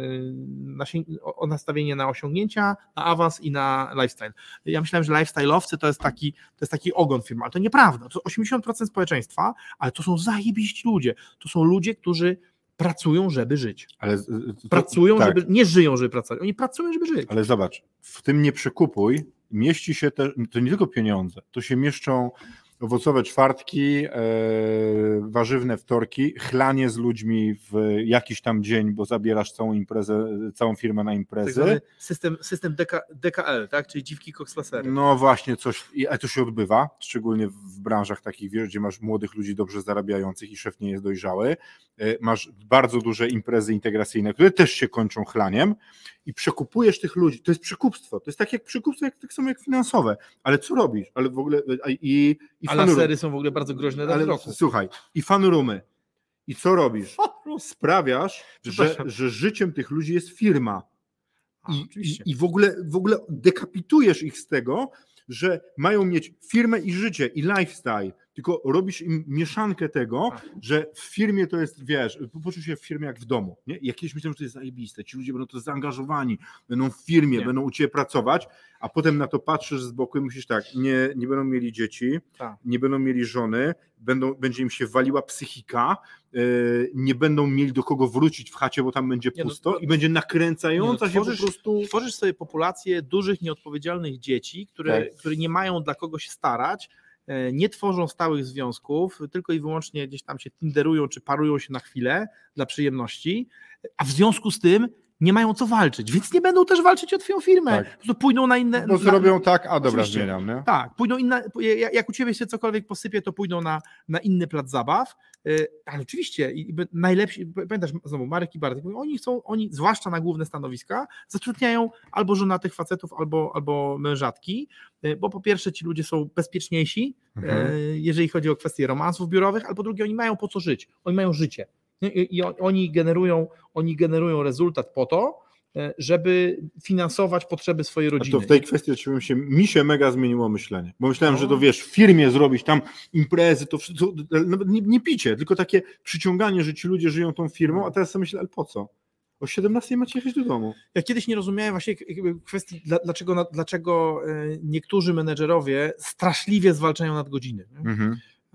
O nastawienie na osiągnięcia, na awans i na lifestyle. Ja myślałem, że lifestyle'owcy to jest taki, to jest taki ogon firmy, ale to nieprawda. To osiemdziesiąt procent społeczeństwa, ale to są zajebiści ludzie. To są ludzie, którzy pracują, żeby żyć. Ale to, pracują, tak. żeby, nie żyją, żeby pracować. Oni pracują, żeby żyć. Ale zobacz, w tym nie przekupuj, mieści się te, to nie tylko pieniądze, to się mieszczą owocowe czwartki, e, warzywne wtorki, chlanie z ludźmi w jakiś tam dzień, bo zabierasz całą imprezę, całą firmę na imprezę. Tak system system D K L, tak? Czyli dziwki kokslasery. No właśnie, coś, ale to się odbywa, szczególnie w branżach takich, wiesz, gdzie masz młodych ludzi dobrze zarabiających i szef nie jest dojrzały. E, masz bardzo duże imprezy integracyjne, które też się kończą chlaniem i przekupujesz tych ludzi. To jest przekupstwo. To jest tak jak przekupstwo, jak, tak samo jak finansowe. Ale co robisz? Ale w ogóle i, i A lasery są w ogóle bardzo groźne dla wzroku. Słuchaj, i fanroomy. I co robisz? Sprawiasz, że, że życiem tych ludzi jest firma. I, A, i, i w, ogóle, w ogóle dekapitujesz ich z tego, że mają mieć firmę i życie, i lifestyle, tylko robisz im mieszankę tego, A. że w firmie to jest, wiesz, poczuł się w firmie jak w domu. Nie? Ja kiedyś myślałem, że to jest zajebiste, ci ludzie będą to zaangażowani, będą w firmie, nie. będą u ciebie pracować, a potem na to patrzysz z boku i myślisz tak, nie, nie będą mieli dzieci, A. nie będą mieli żony, będą, będzie im się waliła psychika, yy, nie będą mieli do kogo wrócić w chacie, bo tam będzie pusto nie, no, to, i będzie nakręcająca nie, no, tworzysz, się po prostu... Tworzysz sobie populację dużych, nieodpowiedzialnych dzieci, które, tak. które nie mają dla kogo się starać, nie tworzą stałych związków, tylko i wyłącznie gdzieś tam się tinderują czy parują się na chwilę dla przyjemności, a w związku z tym nie mają co walczyć, więc nie będą też walczyć o twoją firmę. Tak. Po prostu pójdą na inne... No zrobią tak, a dobra, zmieniam, nie? Tak, pójdą inne, jak u ciebie się cokolwiek posypie, to pójdą na, na inny plac zabaw, ale oczywiście najlepsi, pamiętasz znowu Marek i Bartek, oni chcą, oni zwłaszcza na główne stanowiska zatrudniają albo żonatych facetów, albo, albo mężatki, bo po pierwsze ci ludzie są bezpieczniejsi, mhm. jeżeli chodzi o kwestie romansów biurowych, albo drugie, oni mają po co żyć, oni mają życie. I, i oni generują, oni generują rezultat po to, żeby finansować potrzeby swojej rodziny. A to w tej kwestii się, mi się mega zmieniło myślenie, bo myślałem, no. że to wiesz, w firmie zrobić tam imprezy, to wszystko, nawet nie, nie picie, tylko takie przyciąganie, że ci ludzie żyją tą firmą, a teraz sobie myślę, ale po co? O siedemnastej macie jechać do domu. Ja kiedyś nie rozumiałem właśnie kwestii, dlaczego, dlaczego niektórzy menedżerowie straszliwie zwalczają nadgodziny. Mhm.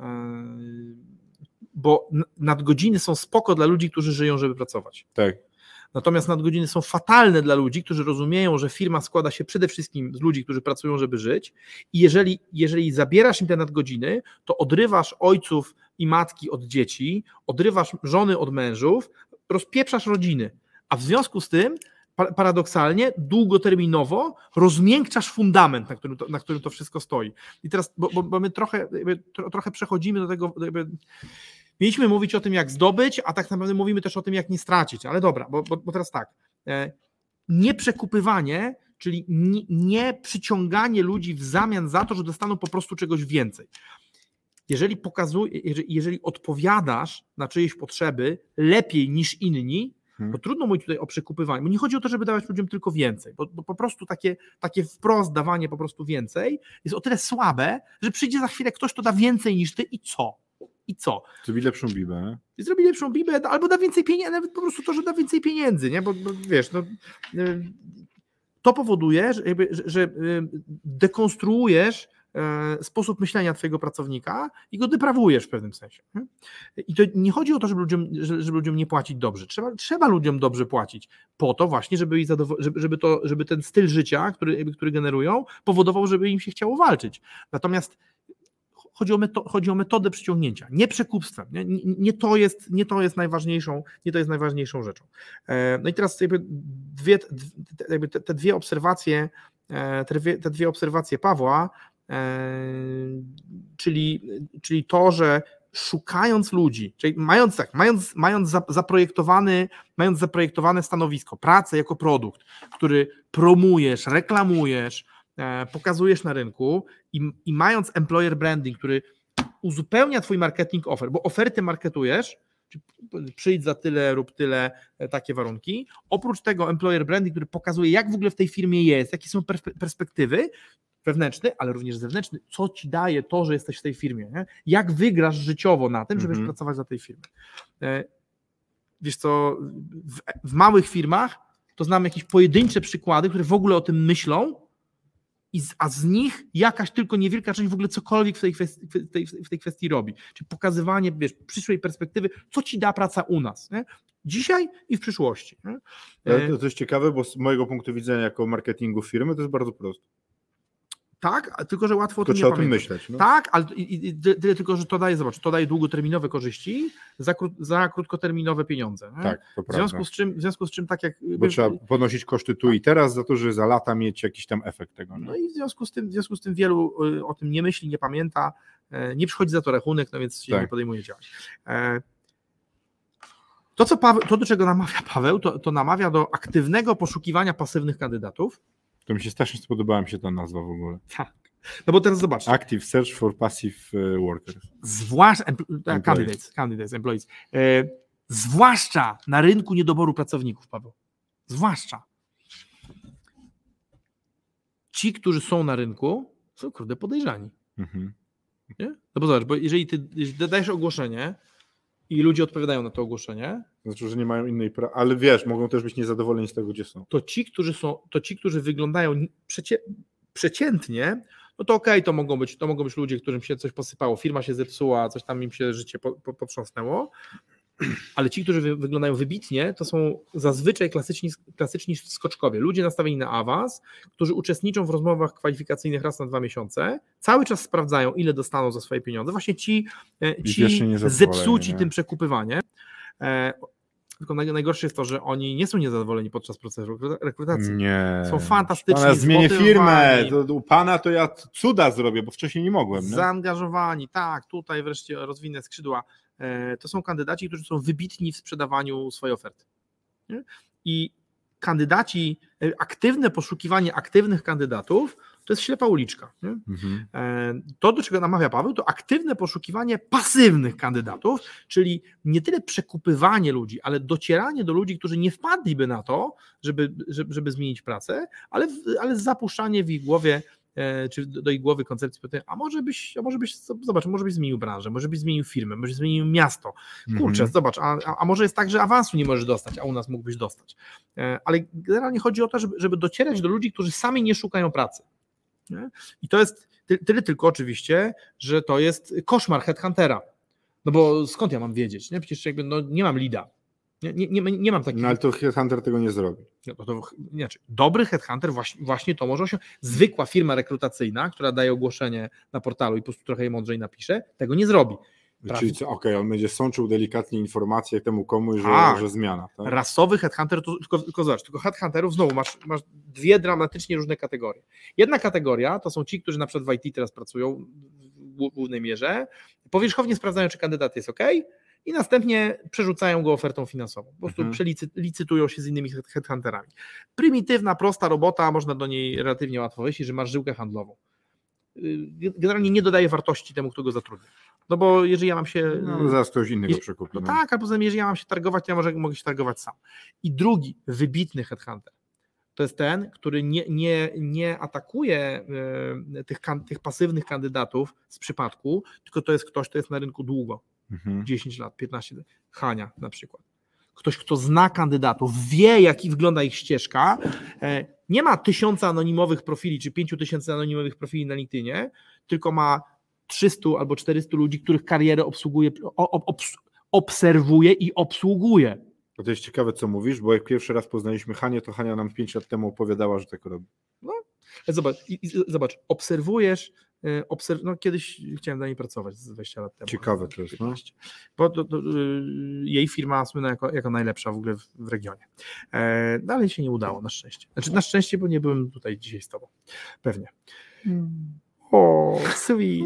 Bo nadgodziny są spoko dla ludzi, którzy żyją, żeby pracować. Tak. Natomiast nadgodziny są fatalne dla ludzi, którzy rozumieją, że firma składa się przede wszystkim z ludzi, którzy pracują, żeby żyć i jeżeli, jeżeli zabierasz im te nadgodziny, to odrywasz ojców i matki od dzieci, odrywasz żony od mężów, rozpieprzasz rodziny, a w związku z tym paradoksalnie, długoterminowo rozmiękczasz fundament, na którym to, na którym to wszystko stoi. I teraz, bo, bo, bo my trochę, tro, trochę przechodzimy do tego, jakby, mieliśmy mówić o tym, jak zdobyć, a tak naprawdę mówimy też o tym, jak nie stracić, ale dobra, bo, bo, bo teraz tak, nieprzekupywanie, czyli nie, nie przyciąganie ludzi w zamian za to, że dostaną po prostu czegoś więcej. Jeżeli pokazuj, jeżeli, jeżeli odpowiadasz na czyjeś potrzeby lepiej niż inni, bo trudno mówić tutaj o przekupywaniu, bo nie chodzi o to, żeby dawać ludziom tylko więcej, bo, bo po prostu takie, takie wprost dawanie po prostu więcej jest o tyle słabe, że przyjdzie za chwilę ktoś, kto da więcej niż ty i co? I co? Zrobi lepszą bibę. Nie? Zrobi lepszą bibę, albo da więcej pieniędzy, nawet po prostu to, że da więcej pieniędzy, nie? Bo, bo wiesz, no, to powoduje, że, jakby, że, że dekonstruujesz e, sposób myślenia twojego pracownika i go deprawujesz w pewnym sensie. Nie? I to nie chodzi o to, żeby ludziom, żeby ludziom nie płacić dobrze. Trzeba, trzeba ludziom dobrze płacić po to właśnie, żeby, ich zadowo- żeby, żeby, to, żeby ten styl życia, który, który generują, powodował, żeby im się chciało walczyć. Natomiast Chodzi o, meto- chodzi o metodę przyciągnięcia, nie przekupstwem. Nie, nie, nie, to, jest, nie, to, jest najważniejszą, nie to jest najważniejszą rzeczą. E, no i teraz jakby dwie, jakby te, te dwie obserwacje, e, te, dwie, te dwie obserwacje Pawła, e, czyli, czyli to, że szukając ludzi, czyli mając tak, mając, mając zaprojektowany, mając zaprojektowane stanowisko, pracę jako produkt, który promujesz, reklamujesz, pokazujesz na rynku i, i mając employer branding, który uzupełnia twój marketing offer, bo oferty marketujesz, przyjdź za tyle, rób tyle, takie warunki. Oprócz tego employer branding, który pokazuje, jak w ogóle w tej firmie jest, jakie są perspektywy wewnętrzne, ale również zewnętrzne, co ci daje to, że jesteś w tej firmie, nie? Jak wygrasz życiowo na tym, żebyś mm-hmm. pracować za tej firmy. Wiesz co, w, w małych firmach to znam jakieś pojedyncze przykłady, które w ogóle o tym myślą, I z, a z nich jakaś tylko niewielka część w ogóle cokolwiek w tej kwestii, w tej, w tej kwestii robi. Czyli pokazywanie, wiesz, przyszłej perspektywy, co ci da praca u nas, nie? Dzisiaj i w przyszłości. Nie? To, to jest ciekawe, bo z mojego punktu widzenia jako marketingu firmy to jest bardzo proste. Tak, tylko że łatwo tylko o tym trzeba nie o tym pamiętać. myśleć. No. Tak, ale i, i, tyle tylko, że to daje, zobacz, to daje długoterminowe korzyści za, krót, za krótkoterminowe pieniądze. Nie? Tak, to w związku z czym, w związku z czym tak jak... Bo trzeba ponosić koszty tu i teraz za to, że za lata mieć jakiś tam efekt tego. Nie? No i w związku z tym, w związku z tym wielu o tym nie myśli, nie pamięta, nie przychodzi za to rachunek, no więc się tak. nie podejmuje działań. To, co Paweł, to do czego namawia Paweł, to, to namawia do aktywnego poszukiwania pasywnych kandydatów. To mi się strasznie spodobała mi się ta nazwa w ogóle. Tak. No bo teraz zobacz. Active Search for Passive Workers. Zwłaszcza empl- candidates, candidates, employees. E, zwłaszcza na rynku niedoboru pracowników, Paweł. Zwłaszcza. Ci, którzy są na rynku, są kurde podejrzani. Mhm. Nie? No bo zobacz, bo jeżeli ty jeżeli dajesz ogłoszenie i ludzie odpowiadają na to ogłoszenie, znaczy, że nie mają innej pracy, ale wiesz, mogą też być niezadowoleni z tego, gdzie są. To ci, którzy są, to ci, którzy wyglądają przecie, przeciętnie, no to okej, okay, to mogą być, to mogą być ludzie, którym się coś posypało, firma się zepsuła, coś tam im się życie po, po, potrząsnęło, ale ci, którzy wy, wyglądają wybitnie, to są zazwyczaj klasyczni, klasyczni skoczkowie, ludzie nastawieni na awans, którzy uczestniczą w rozmowach kwalifikacyjnych raz na dwa miesiące, cały czas sprawdzają, ile dostaną za swoje pieniądze. Właśnie ci, ci zepsuci nie? tym przekupywaniem. Tylko najgorsze jest to, że oni nie są niezadowoleni podczas procesu rekrutacji. Nie. Są fantastyczni. Pana zmienię firmę. To, u pana to ja cuda zrobię, bo wcześniej nie mogłem. Nie? Zaangażowani, tak, tutaj wreszcie rozwinę skrzydła. To są kandydaci, którzy są wybitni w sprzedawaniu swojej oferty. Nie? I kandydaci, aktywne poszukiwanie aktywnych kandydatów to jest ślepa uliczka. Nie? Mhm. To, do czego namawia Paweł, to aktywne poszukiwanie pasywnych kandydatów, czyli nie tyle przekupywanie ludzi, ale docieranie do ludzi, którzy nie wpadliby na to, żeby, żeby, żeby zmienić pracę, ale, ale zapuszczanie w ich głowie, czy do ich głowy koncepcji, a może byś, a może byś, zobacz, może byś zmienił branżę, może byś zmienił firmę, może byś zmienił miasto. Kurczę, mhm. zobacz, a, a może jest tak, że awansu nie możesz dostać, a u nas mógłbyś dostać. Ale generalnie chodzi o to, żeby, żeby docierać do ludzi, którzy sami nie szukają pracy. Nie? I to jest tyle tylko oczywiście, że to jest koszmar headhuntera. No bo skąd ja mam wiedzieć? Nie? Przecież jakby no, nie mam leada. Nie, nie, nie, nie mam takiego. No ale to headhunter tego nie zrobi. No, to, to, inaczej. Dobry headhunter właśnie, właśnie to może osiągnąć. Zwykła firma rekrutacyjna, która daje ogłoszenie na portalu i po prostu trochę je mądrzej napisze, tego nie zrobi. Czyli co, okej, okay, on będzie sączył delikatnie informacje temu komuś, że, A, że zmiana. Tak? Rasowy headhunter, to, tylko, tylko zobacz, tylko headhunterów znowu masz, masz dwie dramatycznie różne kategorie. Jedna kategoria to są ci, którzy na przykład w I T teraz pracują w głównej mierze, powierzchownie sprawdzają, czy kandydat jest ok i następnie przerzucają go ofertą finansową. Po prostu mhm. przelicytują się z innymi headhunterami. Prymitywna, prosta robota, można do niej relatywnie łatwo wejść, że masz żyłkę handlową. Generalnie nie dodaje wartości temu, kto go zatrudnia. No bo jeżeli ja mam się... No zaraz ktoś innego przekupi. No, no tak, a poza tym jeżeli ja mam się targować, to ja może, mogę się targować sam. I drugi, wybitny headhunter, to jest ten, który nie, nie, nie atakuje y, tych, tych pasywnych kandydatów z przypadku, tylko to jest ktoś, kto jest na rynku długo. Mhm. dziesięć lat, piętnaście lat. Hania na przykład. ktoś, kto zna kandydatów, wie, jak wygląda ich ścieżka, nie ma tysiąca anonimowych profili, czy pięciu tysięcy anonimowych profili na LinkedInie, tylko ma trzystu albo czterystu ludzi, których karierę obsługuje, obs, obserwuje i obsługuje. To jest ciekawe, co mówisz, bo jak pierwszy raz poznaliśmy Hanię, to Hania nam pięć lat temu opowiadała, że tak robi. No, zobacz, i, i, zobacz obserwujesz, obserw... no kiedyś chciałem dla niej pracować z dwudziestu lat temu. Ciekawe to jest, no. Bo to, to, jej firma słynęła jako, jako najlepsza w ogóle w, w regionie. E, dalej się nie udało, na szczęście. Znaczy na szczęście, bo nie byłem tutaj dzisiaj z tobą. Pewnie. Hmm. O, sweet.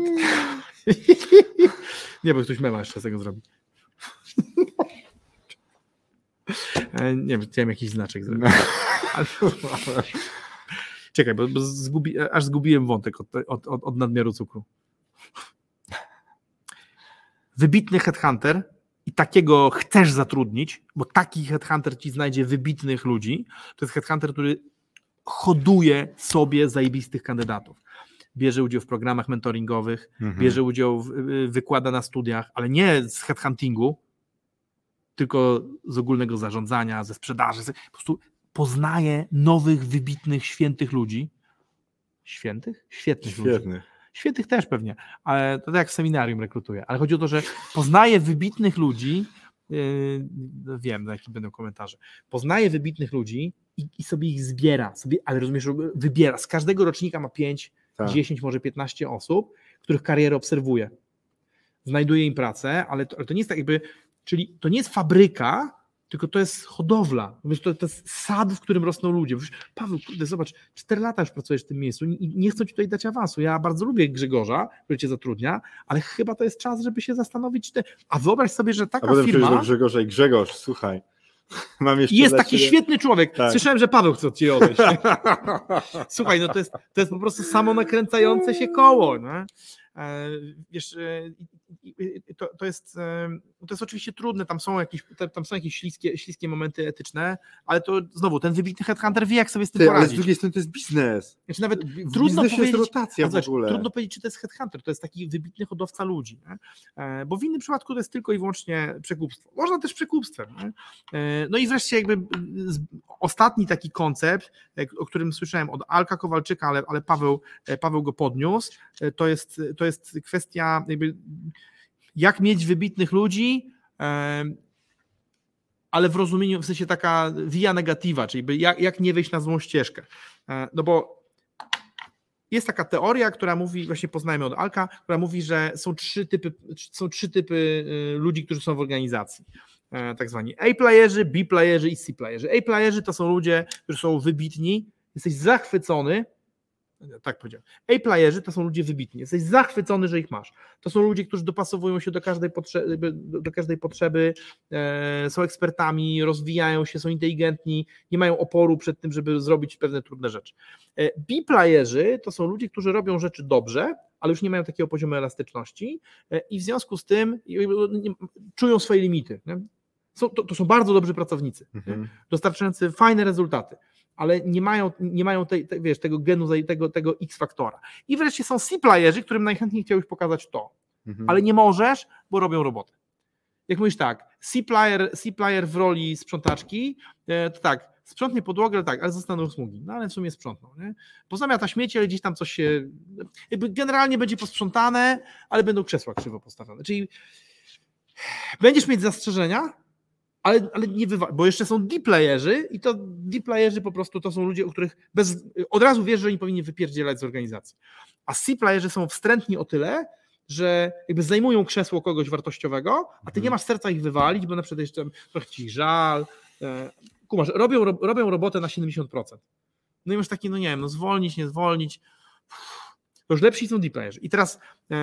Nie, bo ktoś mema jeszcze z tego zrobi. Nie wiem, chciałem jakiś znaczek zrobić. No. Czekaj, bo, bo zgubi, aż zgubiłem wątek od, od, od, od nadmiaru cukru. Wybitny headhunter i takiego chcesz zatrudnić, bo taki headhunter ci znajdzie wybitnych ludzi, to jest headhunter, który hoduje sobie zajebistych kandydatów. Bierze udział w programach mentoringowych, mhm. bierze udział, w, wykłada na studiach, ale nie z headhuntingu, tylko z ogólnego zarządzania, ze sprzedaży. Po prostu poznaje nowych, wybitnych, świętych ludzi. Świętych? Świetnych, Świetnych. ludzi. Świętych też pewnie, ale to tak jak w seminarium rekrutuje. Ale chodzi o to, że poznaje wybitnych ludzi, yy, wiem, na jakie będą komentarze, poznaje wybitnych ludzi i, i sobie ich zbiera, sobie, ale rozumiesz, wybiera. Z każdego rocznika ma pięć, tak. dziesięć, może piętnaście osób, których karierę obserwuje. Znajduje im pracę, ale to, ale to nie jest tak jakby, czyli to nie jest fabryka, tylko to jest hodowla, to, to jest sad, w którym rosną ludzie. Paweł, kurde, zobacz, cztery lata już pracujesz w tym miejscu i nie chcą ci tutaj dać awansu. Ja bardzo lubię Grzegorza, który cię zatrudnia, ale chyba to jest czas, żeby się zastanowić. Te... A wyobraź sobie, że taka A potem firma... do Grzegorza i Grzegorz, słuchaj, mam jeszcze jest taki ciebie... świetny człowiek. Tak. Słyszałem, że Paweł chce od ciebie odejść. Słuchaj, no to jest, to jest po prostu samo nakręcające się koło. Nie? Wiesz, to, to, jest, to jest oczywiście trudne, tam są jakieś, tam są jakieś śliskie, śliskie momenty etyczne, ale to znowu, ten wybitny headhunter wie, jak sobie z tym Ty, poradzić. Ale z drugiej strony to jest biznes. Znaczy nawet w trudno powiedzieć, jest rotacja w ogóle. Trudno powiedzieć, czy to jest headhunter, to jest taki wybitny hodowca ludzi, nie? Bo w innym przypadku to jest tylko i wyłącznie przekupstwo. Można też przekupstwem. Nie? No i wreszcie jakby ostatni taki koncept, o którym słyszałem od Alka Kowalczyka, ale, ale Paweł, Paweł go podniósł, to jest, to jest kwestia jakby jak mieć wybitnych ludzi, ale w rozumieniu, w sensie taka via negativa, czyli jak, jak nie wejść na złą ścieżkę. No bo jest taka teoria, która mówi, właśnie poznajemy od Alka, która mówi, że są trzy typy, są trzy typy ludzi, którzy są w organizacji. Tak zwani A-playerzy, B-playerzy i C-playerzy. A-playerzy to są ludzie, którzy są wybitni, jesteś zachwycony, tak powiedziałem. A-playerzy to są ludzie wybitni. Jesteś zachwycony, że ich masz. To są ludzie, którzy dopasowują się do każdej potrzeby, do każdej potrzeby e, są ekspertami, rozwijają się, są inteligentni, nie mają oporu przed tym, żeby zrobić pewne trudne rzeczy. E, B-playerzy to są ludzie, którzy robią rzeczy dobrze, ale już nie mają takiego poziomu elastyczności e, i w związku z tym nie, czują swoje limity. Nie? Są, to, to są bardzo dobrzy pracownicy, mhm. dostarczający fajne rezultaty, ale nie mają, nie mają tej, tej, wiesz, tego genu, tego, tego X-faktora. I wreszcie są C-playerzy, którym najchętniej chciałbyś pokazać to, mhm. ale nie możesz, bo robią robotę. Jak mówisz tak, C-player, C-player w roli sprzątaczki, to tak, sprzątnie podłogę, ale tak, ale zostaną smugi, no ale w sumie sprzątną. Nie? Pozamiata śmieci, ale gdzieś tam coś się, jakby generalnie będzie posprzątane, ale będą krzesła krzywo postawione. Czyli będziesz mieć zastrzeżenia, Ale, ale nie wywa- bo jeszcze są D-playerzy i to D-playerzy po prostu to są ludzie, u których bez, od razu wiesz, że oni powinni wypierdzielać z organizacji. A C-playerzy są wstrętni o tyle, że jakby zajmują krzesło kogoś wartościowego, a ty nie masz serca ich wywalić, bo na przykład jeszcze trochę ci żal. Kumasz, robią, robią robotę na siedemdziesiąt procent. No i masz taki, no nie wiem, no zwolnić, nie zwolnić. To już lepsi są D-playerzy. I teraz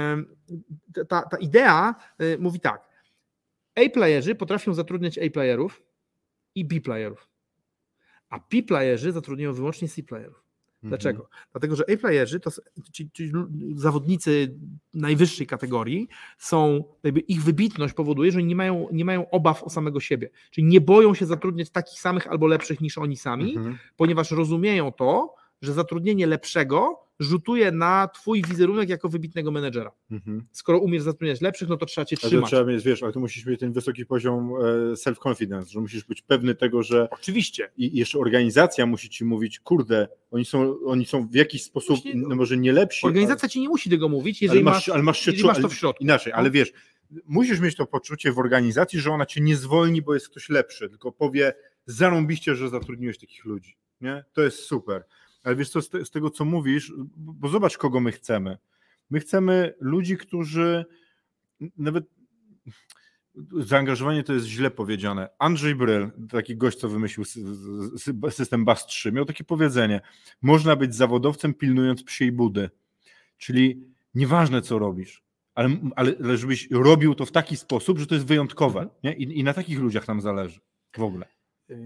ta, ta idea mówi tak, A-playerzy potrafią zatrudniać A-playerów i B-playerów, a B-playerzy zatrudniają wyłącznie C-playerów. Dlaczego? Mhm. Dlatego, że A-playerzy to ci, ci zawodnicy najwyższej kategorii są, jakby ich wybitność powoduje, że oni nie mają, nie mają obaw o samego siebie, czyli nie boją się zatrudniać takich samych albo lepszych niż oni sami, mhm. ponieważ rozumieją to, że zatrudnienie lepszego rzutuje na twój wizerunek jako wybitnego menedżera. Mhm. Skoro umiesz zatrudniać lepszych, no to trzeba cię trzymać. Ale trzeba mieć, wiesz, ale tu musisz mieć ten wysoki poziom self-confidence, że musisz być pewny tego, że... Oczywiście. I jeszcze organizacja musi ci mówić, kurde, oni są, oni są w jakiś sposób, Właśnie, no może nie lepsi. Organizacja ale... ci nie musi tego mówić, jeżeli ale masz, masz, ale masz, się jeżeli masz to w środku. Inaczej, ale wiesz, musisz mieć to poczucie w organizacji, że ona cię nie zwolni, bo jest ktoś lepszy, tylko powie, zarąbiście, że zatrudniłeś takich ludzi. Nie? To jest super. Ale wiesz co, z, te, z tego co mówisz, bo zobacz, kogo my chcemy. My chcemy ludzi, którzy nawet zaangażowanie to jest źle powiedziane. Andrzej Bryl, taki gość, co wymyślił system B A S trzy, miał takie powiedzenie: można być zawodowcem pilnując psiej budy. Czyli nieważne co robisz, ale, ale, ale żebyś robił to w taki sposób, że to jest wyjątkowe. Nie? I, I na takich ludziach nam zależy w ogóle. Yy,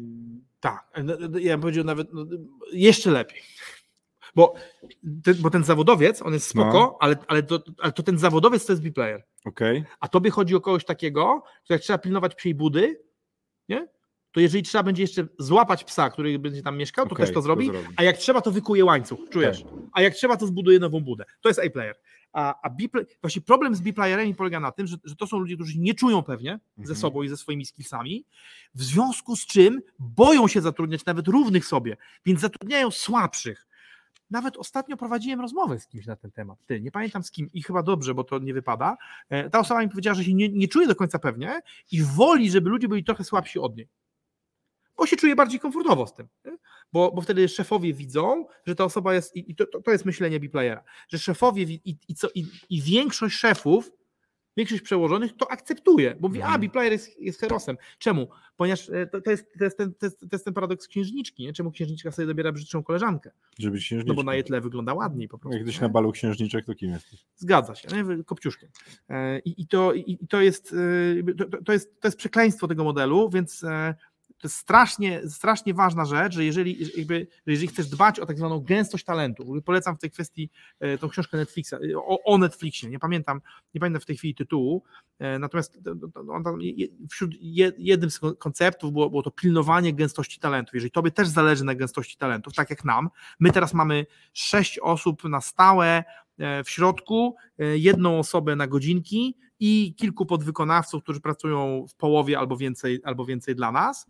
tak, ja bym powiedział nawet no, jeszcze lepiej, bo ten, bo ten zawodowiec, on jest spoko, no. ale, ale, to, ale to ten zawodowiec to jest B-player, okay. A tobie chodzi o kogoś takiego, że jak trzeba pilnować psiej budy, nie? To jeżeli trzeba będzie jeszcze złapać psa, który będzie tam mieszkał, to okay, też to zrobi, to zrobi, a jak trzeba to wykuje łańcuch, czujesz, okay. A jak trzeba to zbuduje nową budę, to jest A-player. A, a B-play, właśnie problem z B-playerami polega na tym, że, że to są ludzie, którzy nie czują pewnie mhm. ze sobą i ze swoimi skillsami, w związku z czym boją się zatrudniać nawet równych sobie, więc zatrudniają słabszych. Nawet ostatnio prowadziłem rozmowę z kimś na ten temat. Ty, nie pamiętam z kim i chyba dobrze, bo to nie wypada. Ta osoba mi powiedziała, że się nie, nie czuje do końca pewnie i woli, żeby ludzie byli trochę słabsi od niej. Bo się czuje bardziej komfortowo z tym, bo, bo wtedy szefowie widzą, że ta osoba jest, i to, to jest myślenie B-playera, że szefowie i, i, co, i, i większość szefów, większość przełożonych to akceptuje, bo mówi, a B-player jest, jest herosem. Czemu? Ponieważ to, to, jest, to, jest ten, to, jest, to jest ten paradoks księżniczki, nie? Czemu księżniczka sobie dobiera brzydszą koleżankę? Żeby księżniczką. No bo na jej tle wygląda ładniej po prostu. Jak gdyś na balu księżniczek, to kim jesteś? Zgadza się, nie? Kopciuszkiem. I, i, to, i to, jest, to, to, jest, to jest przekleństwo tego modelu, więc to jest strasznie, strasznie ważna rzecz, że jeżeli, jakby, jeżeli chcesz dbać o tak zwaną gęstość talentu, polecam w tej kwestii tą książkę Netflixa, o, o Netflixie, nie pamiętam, nie pamiętam w tej chwili tytułu, natomiast on tam, wśród jednym z konceptów było, było to pilnowanie gęstości talentów. Jeżeli tobie też zależy na gęstości talentów, tak jak nam, my teraz mamy sześć osób na stałe w środku, jedną osobę na godzinki i kilku podwykonawców, którzy pracują w połowie albo więcej, albo więcej dla nas.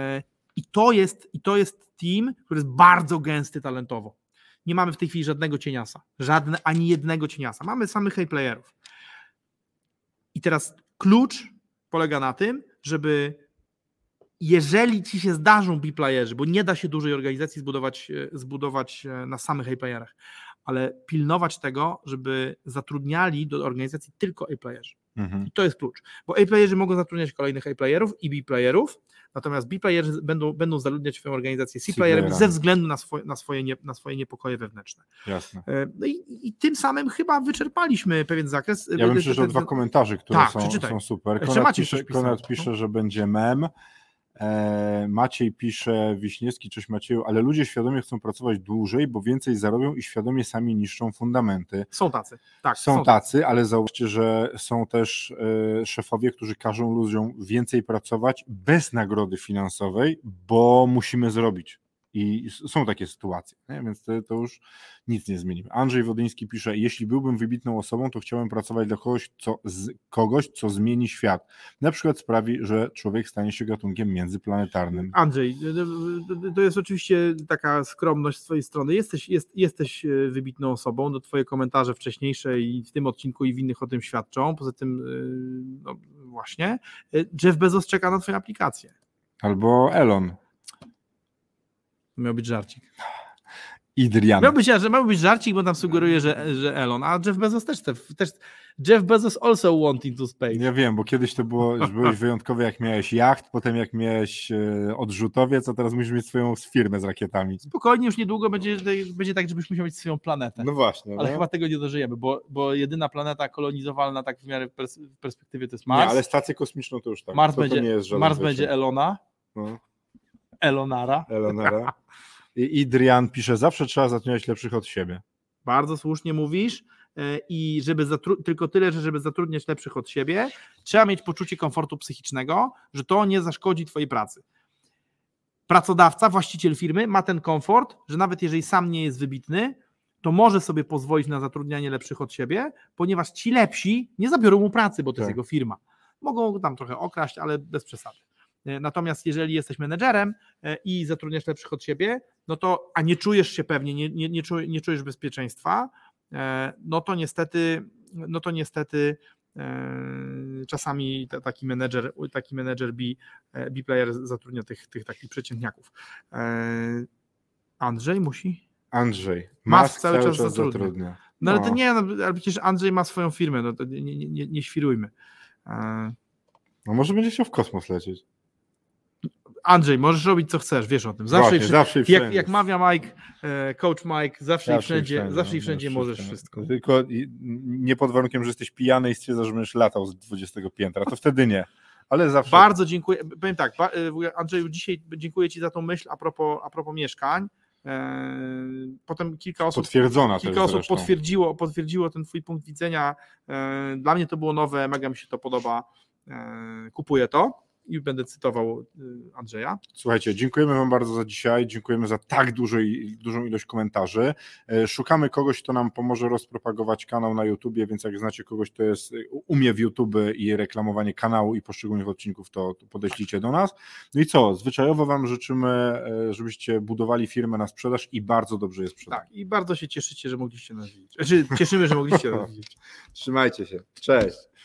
I to jest, i to jest team, który jest bardzo gęsty talentowo. Nie mamy w tej chwili żadnego cieniasa, żadne, ani jednego cieniasa. Mamy samych high-playerów. I teraz klucz polega na tym, żeby jeżeli ci się zdarzą B-playerzy, bo nie da się dużej organizacji zbudować, zbudować na samych high-playerach, ale pilnować tego, żeby zatrudniali do organizacji tylko A-playerzy. Mhm. I to jest klucz, bo A-playerzy mogą zatrudniać kolejnych A-playerów i B-playerów, natomiast B-playerzy będą, będą zatrudniać swoją organizację C-playerem ze względu na swoje, na, swoje nie, na swoje niepokoje wewnętrzne. Jasne. No i, i tym samym chyba wyczerpaliśmy pewien zakres. Ja bym przeczytał dwa komentarze, które tak, są, są super. Konrad pisze, Konrad pisze, że będzie mem. Maciej pisze, Wiśniewski, cześć Macieju, ale ludzie świadomie chcą pracować dłużej, bo więcej zarobią i świadomie sami niszczą fundamenty. Są tacy, tak. Są, są tacy, ale zauważcie, że są też e, szefowie, którzy każą ludziom więcej pracować bez nagrody finansowej, bo musimy zrobić. I są takie sytuacje, nie? Więc to, to już nic nie zmienimy. Andrzej Wodyński pisze, jeśli byłbym wybitną osobą, to chciałbym pracować dla kogoś co, z, kogoś, co zmieni świat. Na przykład sprawi, że człowiek stanie się gatunkiem międzyplanetarnym. Andrzej, to jest oczywiście taka skromność z twojej strony. Jesteś, jest, jesteś wybitną osobą, no twoje komentarze wcześniejsze i w tym odcinku i w innych o tym świadczą. Poza tym no właśnie, Jeff Bezos czeka na twoją aplikację. Albo Elon. Miał być żarcik. Idrian. Miał być, miał być żarcik, bo tam sugeruje, że, że Elon, a Jeff Bezos też, też Jeff Bezos also wanting to space. Ja wiem, bo kiedyś to było, że byłeś wyjątkowy, jak miałeś jacht, potem jak miałeś odrzutowiec, a teraz musisz mieć swoją firmę z rakietami. Spokojnie, już niedługo będzie, będzie tak, żebyś musiał mieć swoją planetę. No właśnie. Ale no. chyba tego nie dożyjemy, bo, bo jedyna planeta kolonizowalna tak w miarę pers- w perspektywie to jest Mars. Nie, ale stację kosmiczną to już tak. Mars, to, będzie, to nie jest Mars będzie Elona. No. Elonara. Elonara. I Idrian pisze, zawsze trzeba zatrudniać lepszych od siebie. Bardzo słusznie mówisz i żeby zatru- tylko tyle, że żeby zatrudniać lepszych od siebie, trzeba mieć poczucie komfortu psychicznego, że to nie zaszkodzi twojej pracy. pracodawca, właściciel firmy ma ten komfort, że nawet jeżeli sam nie jest wybitny, to może sobie pozwolić na zatrudnianie lepszych od siebie, ponieważ ci lepsi nie zabiorą mu pracy, bo to tak. jest jego firma. Mogą go tam trochę okraść, ale bez przesady. Natomiast jeżeli jesteś menedżerem i zatrudniasz lepszych od siebie, no to, a nie czujesz się pewnie, nie, nie, nie, czujesz, nie czujesz bezpieczeństwa, no to niestety, no to niestety czasami taki menedżer, taki menedżer B, B-player zatrudnia tych, tych takich przeciętniaków. Andrzej musi? Andrzej. Musk cały, cały czas, czas zatrudnia. zatrudnia. No ale to nie, no, ale przecież Andrzej ma swoją firmę, no to nie, nie, nie, nie świrujmy. No może będzie chciał w kosmos lecieć. Andrzej, możesz robić co chcesz, wiesz o tym. Zawsze, Właśnie, i, zawsze i jak, wszędzie. jak mawia Mike, coach Mike, zawsze, zawsze i wszędzie, wszędzie, zawsze no, i wszędzie możesz wszystko. Tylko nie pod warunkiem, że jesteś pijany i stwierdzasz, że będziesz latał z dwudziestego piętra, to wtedy nie. Ale zawsze... Bardzo dziękuję, powiem tak, Andrzeju, dzisiaj dziękuję Ci za tą myśl a propos, a propos mieszkań. Potem kilka osób, Potwierdzona kilka osób zresztą. potwierdziło, potwierdziło ten Twój punkt widzenia. Dla mnie to było nowe, mega mi się to podoba. Kupuję to i będę cytował Andrzeja. Słuchajcie, dziękujemy Wam bardzo za dzisiaj, dziękujemy za tak dużo, dużą ilość komentarzy. Szukamy kogoś, kto nam pomoże rozpropagować kanał na YouTubie, więc jak znacie kogoś, kto jest, umie w YouTube i reklamowanie kanału i poszczególnych odcinków, to podeślijcie do nas. No i co, zwyczajowo Wam życzymy, żebyście budowali firmę na sprzedaż i bardzo dobrze je sprzedać. Tak, i bardzo się cieszycie, że mogliście nas widzieć. Znaczy, cieszymy, że mogliście nas widzieć. Trzymajcie się, cześć.